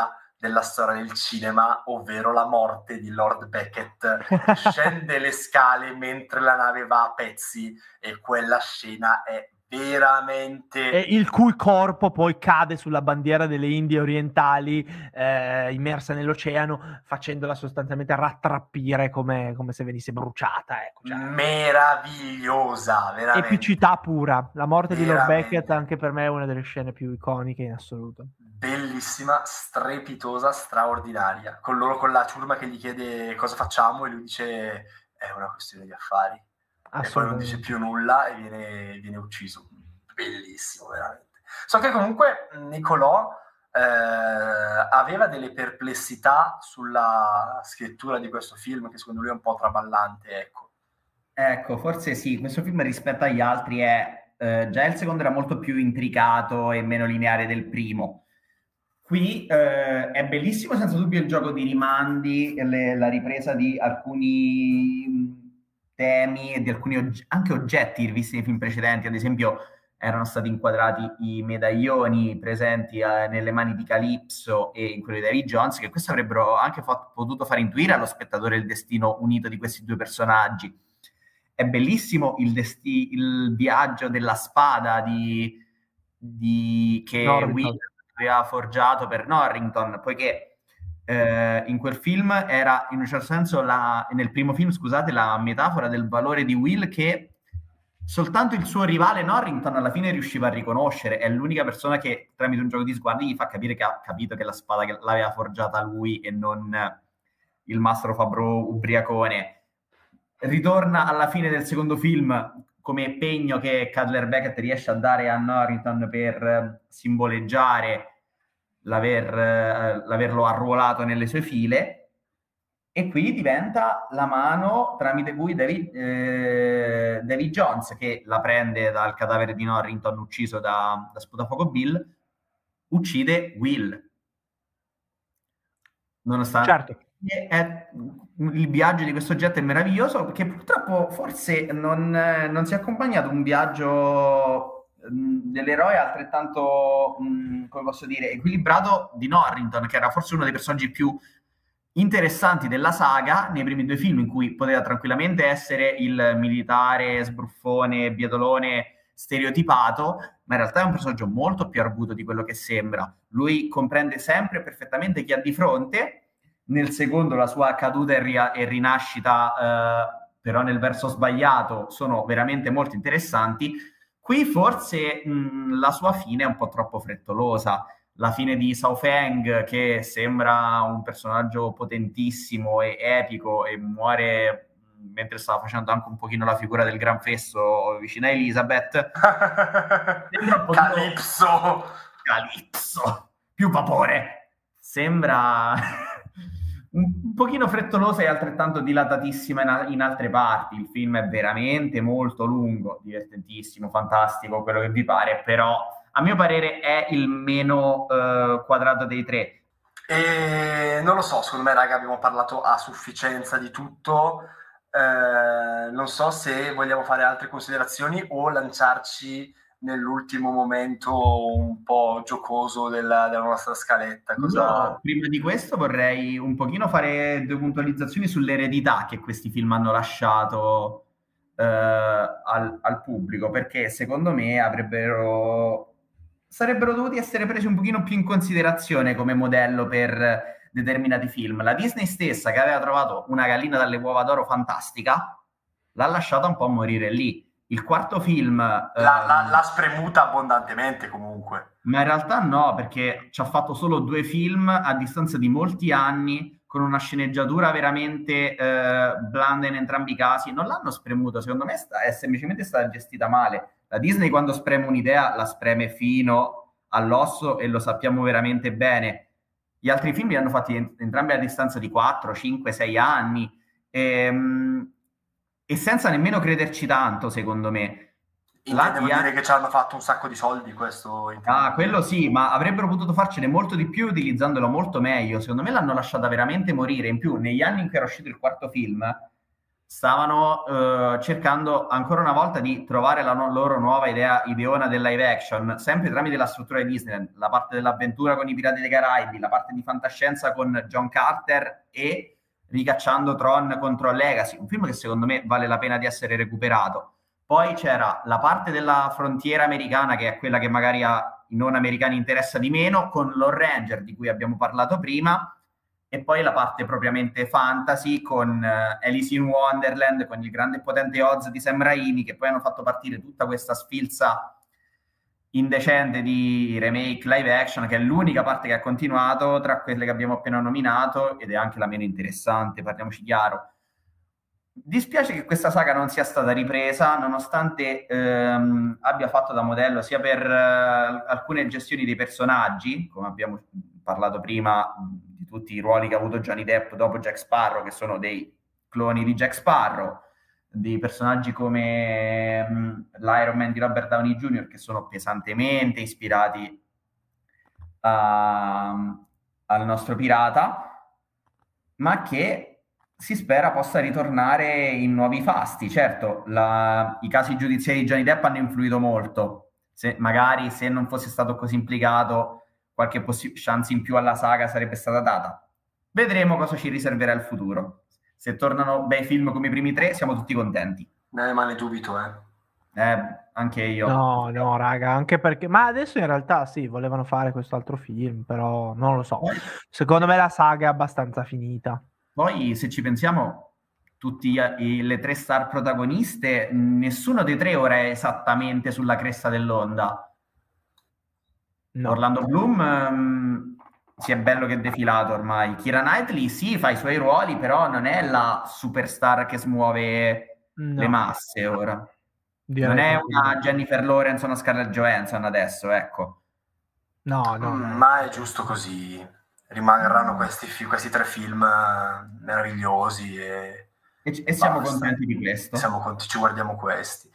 della storia del cinema, ovvero la morte di Lord Beckett, che scende le scale mentre la nave va a pezzi, e quella scena è veramente... E il cui corpo poi cade sulla bandiera delle Indie orientali, eh, immersa nell'oceano, facendola sostanzialmente rattrappire come, come se venisse bruciata. Ecco, cioè. Meravigliosa, veramente. Epicità pura. La morte veramente. Di Lord Beckett anche per me è una delle scene più iconiche in assoluto. Bellissima, strepitosa, straordinaria. Con loro, con la ciurma che gli chiede cosa facciamo, e lui dice è una questione di affari. E poi non dice più nulla e viene, viene ucciso. Bellissimo, veramente. So che comunque Nicolò eh, aveva delle perplessità sulla scrittura di questo film, che secondo lui è un po' traballante, ecco. Ecco, forse sì, questo film rispetto agli altri è, eh, già il secondo era molto più intricato e meno lineare del primo. Qui eh, è bellissimo senza dubbio il gioco di rimandi, le, la ripresa di alcuni temi e di alcuni ogge- anche oggetti visti nei film precedenti. Ad esempio erano stati inquadrati i medaglioni presenti eh, nelle mani di Calypso e in quello di Davy Jones, che questo avrebbero anche fatto, potuto far intuire allo spettatore il destino unito di questi due personaggi. È bellissimo il, desti- il viaggio della spada di, di che Will aveva forgiato per Norrington, poiché eh, in quel film era in un certo senso la, nel primo film, scusate, la metafora del valore di Will, che soltanto il suo rivale Norrington alla fine riusciva a riconoscere. È l'unica persona che tramite un gioco di sguardi gli fa capire che ha capito che la spada che l'aveva forgiata lui e non il mastro fabbro ubriacone. Ritorna alla fine del secondo film come pegno che Cutler Beckett riesce a dare a Norrington per simboleggiare l'aver, eh, l'averlo arruolato nelle sue file, e qui diventa la mano tramite cui Davy, eh, Davy Jones, che la prende dal cadavere di Norrington ucciso da, da Sputafuoco Bill, uccide Will. Nonostante certo. È, il viaggio di questo oggetto è meraviglioso, perché purtroppo forse non, non si è accompagnato un viaggio mh, dell'eroe altrettanto, mh, come posso dire, equilibrato di Norrington, che era forse uno dei personaggi più interessanti della saga nei primi due film, in cui poteva tranquillamente essere il militare sbruffone, biadolone stereotipato, ma in realtà è un personaggio molto più arguto di quello che sembra. Lui comprende sempre perfettamente chi ha di fronte. Nel secondo la sua caduta e, ria- e rinascita, eh, però nel verso sbagliato, sono veramente molto interessanti. Qui forse mh, la sua fine è un po' troppo frettolosa. La fine di Sao Feng, che sembra un personaggio potentissimo e epico e muore mentre stava facendo anche un pochino la figura del Gran Fesso vicino a Elizabeth. Calypso! Calypso! Più vapore! Sembra un pochino frettolosa e altrettanto dilatatissima in, in altre parti. Il film è veramente molto lungo, divertentissimo, fantastico, quello che vi pare, però a mio parere è il meno uh, quadrato dei tre. E non lo so, secondo me, raga, abbiamo parlato a sufficienza di tutto. Eh, non so se vogliamo fare altre considerazioni o lanciarci nell'ultimo momento un po' giocoso della, della nostra scaletta. Cosa... No, prima di questo vorrei un pochino fare due puntualizzazioni sull'eredità che questi film hanno lasciato eh, al, al pubblico, perché secondo me avrebbero sarebbero dovuti essere presi un pochino più in considerazione come modello per determinati film. La Disney stessa, che aveva trovato una gallina dalle uova d'oro fantastica, l'ha lasciata un po' morire lì. Il quarto film... La, la, l'ha spremuta abbondantemente comunque. Ma in realtà no, perché ci ha fatto solo due film a distanza di molti anni, con una sceneggiatura veramente eh, blanda in entrambi i casi. Non l'hanno spremuta, secondo me sta, è semplicemente stata gestita male. La Disney quando spreme un'idea la spreme fino all'osso e lo sappiamo veramente bene. Gli altri film li hanno fatti ent- entrambi a distanza di quattro, cinque, sei anni. E, e senza nemmeno crederci tanto, secondo me. Intendevo dire che ci hanno fatto un sacco di soldi, questo. Ah, quello sì, ma avrebbero potuto farcene molto di più utilizzandolo molto meglio. Secondo me l'hanno lasciata veramente morire. In più, negli anni in cui era uscito il quarto film, stavano eh, cercando ancora una volta di trovare la no- loro nuova idea ideona del live action, sempre tramite la struttura di Disney, la parte dell'avventura con i Pirati dei Caraibi, la parte di fantascienza con John Carter e ricacciando Tron contro Legacy, un film che secondo me vale la pena di essere recuperato. Poi c'era la parte della frontiera americana, che è quella che magari a i non americani interessa di meno, con Lord Ranger, di cui abbiamo parlato prima, e poi la parte propriamente fantasy con uh, Alice in Wonderland, con il grande e potente Oz di Sam Raimi, che poi hanno fatto partire tutta questa sfilza indecente di remake live action, che è l'unica parte che ha continuato tra quelle che abbiamo appena nominato, ed è anche la meno interessante, parliamoci chiaro. Dispiace che questa saga non sia stata ripresa, nonostante ehm, abbia fatto da modello sia per eh, alcune gestioni dei personaggi, come abbiamo parlato prima, di tutti i ruoli che ha avuto Johnny Depp dopo Jack Sparrow, che sono dei cloni di Jack Sparrow, di personaggi come mh, l'Iron Man di Robert Downey junior, che sono pesantemente ispirati a, al nostro pirata, ma che si spera possa ritornare in nuovi fasti. Certo, la, i casi giudiziari di Johnny Depp hanno influito molto. Se, magari se non fosse stato così implicato, qualche possi- chance in più alla saga sarebbe stata data. Vedremo cosa ci riserverà il futuro. Se tornano bei film come i primi tre, siamo tutti contenti. Eh, ma ne dubito, eh. Eh, anche io. No, no, raga, anche perché... Ma adesso in realtà sì, volevano fare quest'altro film, però non lo so. Secondo me la saga è abbastanza finita. Poi, se ci pensiamo, tutte le tre star protagoniste, nessuno dei tre ora è esattamente sulla cresta dell'onda. No. Orlando Bloom um, si è bello che è defilato ormai. Keira Knightley sì, fa i suoi ruoli, però non è la superstar che smuove no. le masse ora. Direi non è una Jennifer Lawrence o una Scarlett Johansson adesso, ecco. No, no. Mm, ma è giusto così. Rimarranno questi, fi- questi tre film meravigliosi e, e, e siamo basta. contenti di questo. Siamo contenti, ci guardiamo questi.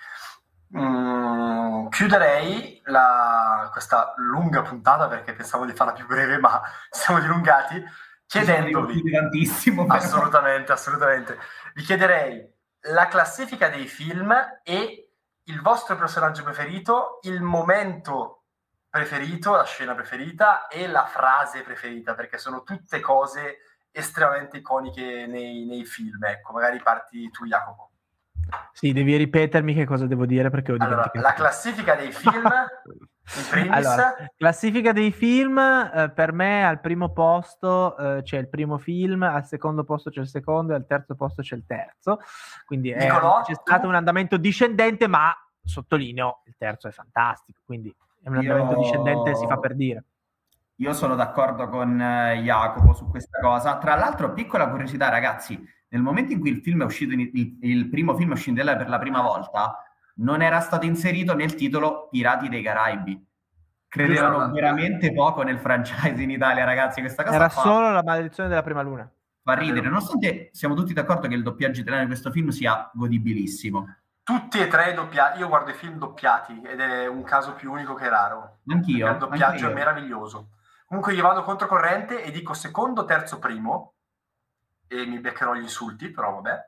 Mm, chiuderei la, questa lunga puntata, perché pensavo di farla più breve, ma siamo dilungati, chiedendovi tantissimo, assolutamente, assolutamente. Vi chiederei la classifica dei film e il vostro personaggio preferito, il momento preferito, la scena preferita e la frase preferita, perché sono tutte cose estremamente iconiche nei, nei film. Ecco, magari parti tu, Jacopo. Sì, devi ripetermi che cosa devo dire, perché ho allora, dimenticato. La classifica dei film, in primis. Allora, classifica dei film, eh, per me al primo posto eh, c'è il primo film, al secondo posto c'è il secondo e al terzo posto c'è il terzo. Quindi è, Nicolò, c'è stato un andamento discendente, ma sottolineo, il terzo è fantastico, quindi è un andamento Io... discendente, si fa per dire. Io sono d'accordo con eh, Jacopo su questa cosa. Tra l'altro, piccola curiosità, ragazzi, nel momento in cui il film è uscito, in, il, il primo film è uscito in Italia per la prima volta, non era stato inserito nel titolo Pirati dei Caraibi. Credevano no, veramente poco nel franchise in Italia, ragazzi. Questa cosa era fa... solo La maledizione della prima luna. Fa ridere, nonostante siamo tutti d'accordo che il doppiaggio italiano di questo film sia godibilissimo. Tutti e tre doppiati, io guardo i film doppiati ed è un caso più unico che raro. Anch'io. Il doppiaggio anch'io. è meraviglioso. Comunque io vado controcorrente e dico secondo, terzo, primo, e mi beccherò gli insulti, però vabbè,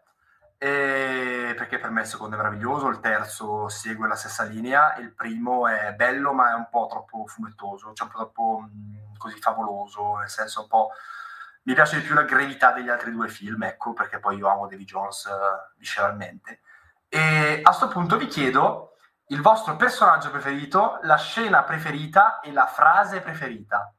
e perché per me il secondo è meraviglioso, il terzo segue la stessa linea, il primo è bello ma è un po' troppo fumettoso, cioè un po' troppo mh, così favoloso, nel senso un po'... Mi piace di più la gravità degli altri due film, ecco, perché poi io amo Davy Jones uh, visceralmente. E a sto punto vi chiedo il vostro personaggio preferito, la scena preferita e la frase preferita.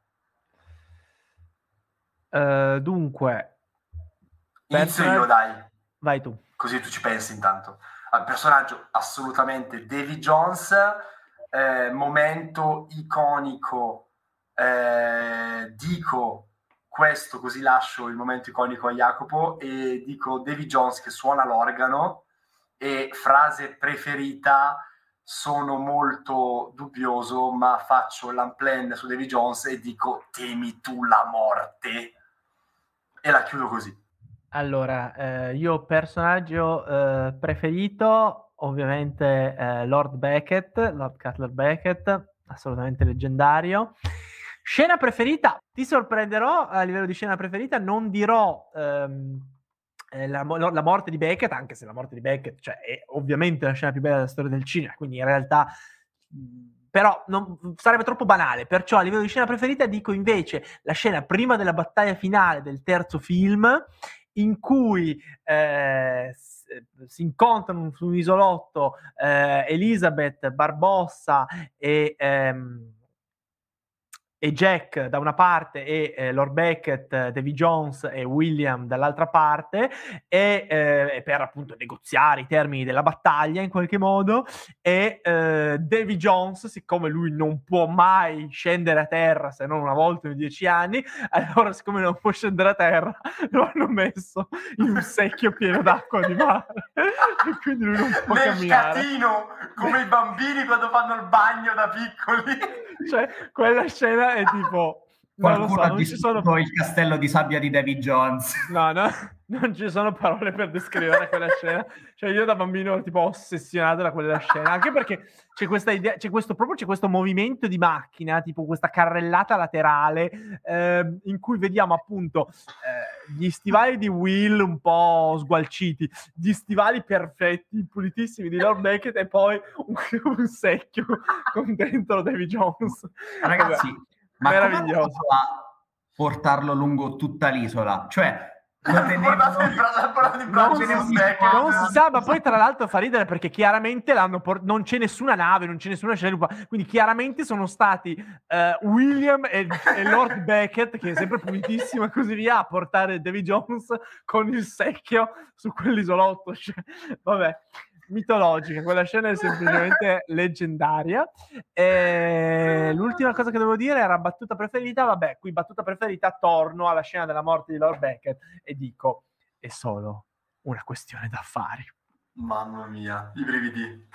Uh, dunque, inizio io, dai. Vai tu. Così tu ci pensi intanto. Al personaggio assolutamente Davy Jones, eh, momento iconico, eh, dico questo così lascio il momento iconico a Jacopo e dico Davy Jones che suona l'organo, e frase preferita sono molto dubbioso ma faccio l'unplanned su Davy Jones e dico temi tu la morte e la chiudo così. Allora, eh, io personaggio eh, preferito, ovviamente eh, Lord Beckett, Lord Cutler Beckett, assolutamente leggendario. Scena preferita, ti sorprenderò a livello di scena preferita, non dirò ehm, eh, la, la morte di Beckett, anche se la morte di Beckett, cioè, è ovviamente la scena più bella della storia del cinema, quindi in realtà però non, sarebbe troppo banale, perciò a livello di scena preferita dico invece la scena prima della battaglia finale del terzo film, in cui eh, si incontrano su un isolotto eh, Elizabeth, Barbossa e ehm, e Jack da una parte e eh, Lord Beckett, Davy Jones e William dall'altra parte, e eh, per appunto negoziare i termini della battaglia in qualche modo, e eh, Davy Jones, siccome lui non può mai scendere a terra se non una volta in dieci anni, allora siccome non può scendere a terra lo hanno messo in un secchio pieno d'acqua di mare e quindi lui non può nel camminare. Catino, come i bambini quando fanno il bagno da piccoli. Cioè, quella scena è tipo... Qualcuno so, ha distrutto sono... il castello di sabbia di Davy Jones. No, no, non ci sono parole per descrivere quella scena. Cioè, io da bambino ero tipo ossessionato da quella scena, anche perché c'è questa idea, c'è questo proprio c'è questo movimento di macchina, tipo questa carrellata laterale, eh, in cui vediamo appunto eh, gli stivali di Will un po' sgualciti, gli stivali perfetti, pulitissimi di Lord Beckett, e poi un, un secchio con dentro Davy Jones. Ragazzi, vabbè, ma meraviglioso. Come a portarlo lungo tutta l'isola? Cioè, lo tenevano... non, si, non si sa, ma poi tra l'altro fa ridere perché chiaramente l'hanno por- non c'è nessuna nave, non c'è nessuna scialuppa, quindi chiaramente sono stati uh, William e, e Lord Beckett, che è sempre pulitissimo e così via, a portare Davy Jones con il secchio su quell'isolotto. Cioè, vabbè, mitologica, quella scena è semplicemente leggendaria. E l'ultima cosa che devo dire era battuta preferita. Vabbè, qui battuta preferita, torno alla scena della morte di Lord Beckett e dico: è solo una questione d'affari. Mamma mia, i brividi.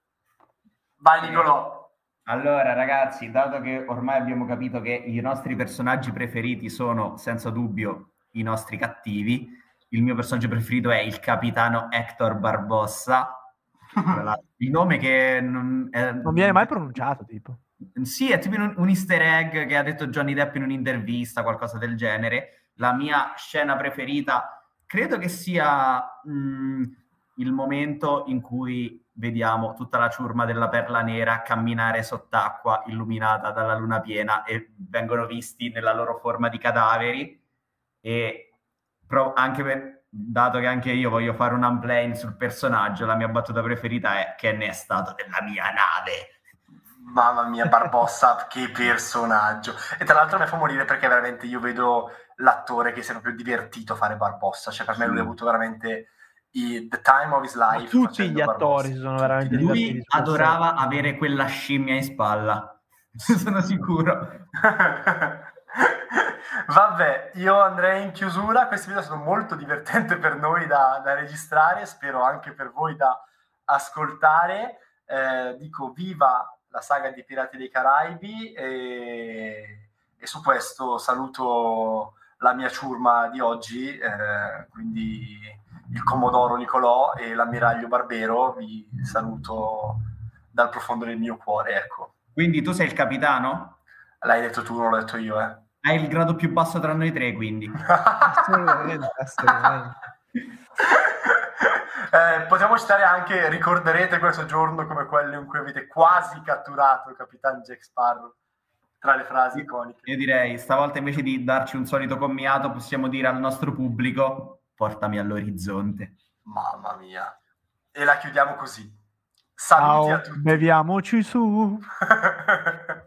Vai Nicolò. Allora ragazzi, dato che ormai abbiamo capito che i nostri personaggi preferiti sono senza dubbio i nostri cattivi, il mio personaggio preferito è il capitano Hector Barbossa. Il nome che non, è, non viene mai pronunciato, tipo. Sì, è tipo un, un easter egg che ha detto Johnny Depp in un'intervista, qualcosa del genere. La mia scena preferita credo che sia mh, il momento in cui vediamo tutta la ciurma della Perla Nera camminare sott'acqua illuminata dalla luna piena e vengono visti nella loro forma di cadaveri. E però anche per dato che anche io voglio fare un unplane sul personaggio, la mia battuta preferita è: che ne è stato della mia nave? Mamma mia, Barbossa, che personaggio! E tra l'altro mi fa morire perché veramente io vedo l'attore che si è proprio divertito a fare Barbossa, cioè per me lui ha avuto veramente i, the time of his life. Ma tutti gli attori si sono veramente divertiti. Lui adorava avere quella scimmia in spalla, sono sicuro. Vabbè, io andrei in chiusura. Questo video è stato molto divertente per noi da, da registrare, spero anche per voi da ascoltare. Eh, dico viva la saga di Pirati dei Caraibi e, e su questo saluto la mia ciurma di oggi, eh, quindi il Commodoro Nicolò e l'ammiraglio Barbero. Vi saluto dal profondo del mio cuore, ecco. Quindi tu sei il capitano? L'hai detto tu, non l'ho detto io, eh. Hai il grado più basso tra noi tre, quindi. Assolutamente, assolutamente. Eh, potremmo citare anche: ricorderete questo giorno come quello in cui avete quasi catturato il Capitan Jack Sparrow, tra le frasi iconiche. Io direi, stavolta invece di darci un solito commiato, possiamo dire al nostro pubblico: portami all'orizzonte. Mamma mia. E la chiudiamo così. Saluti Ciao, a tutti. beviamoci su.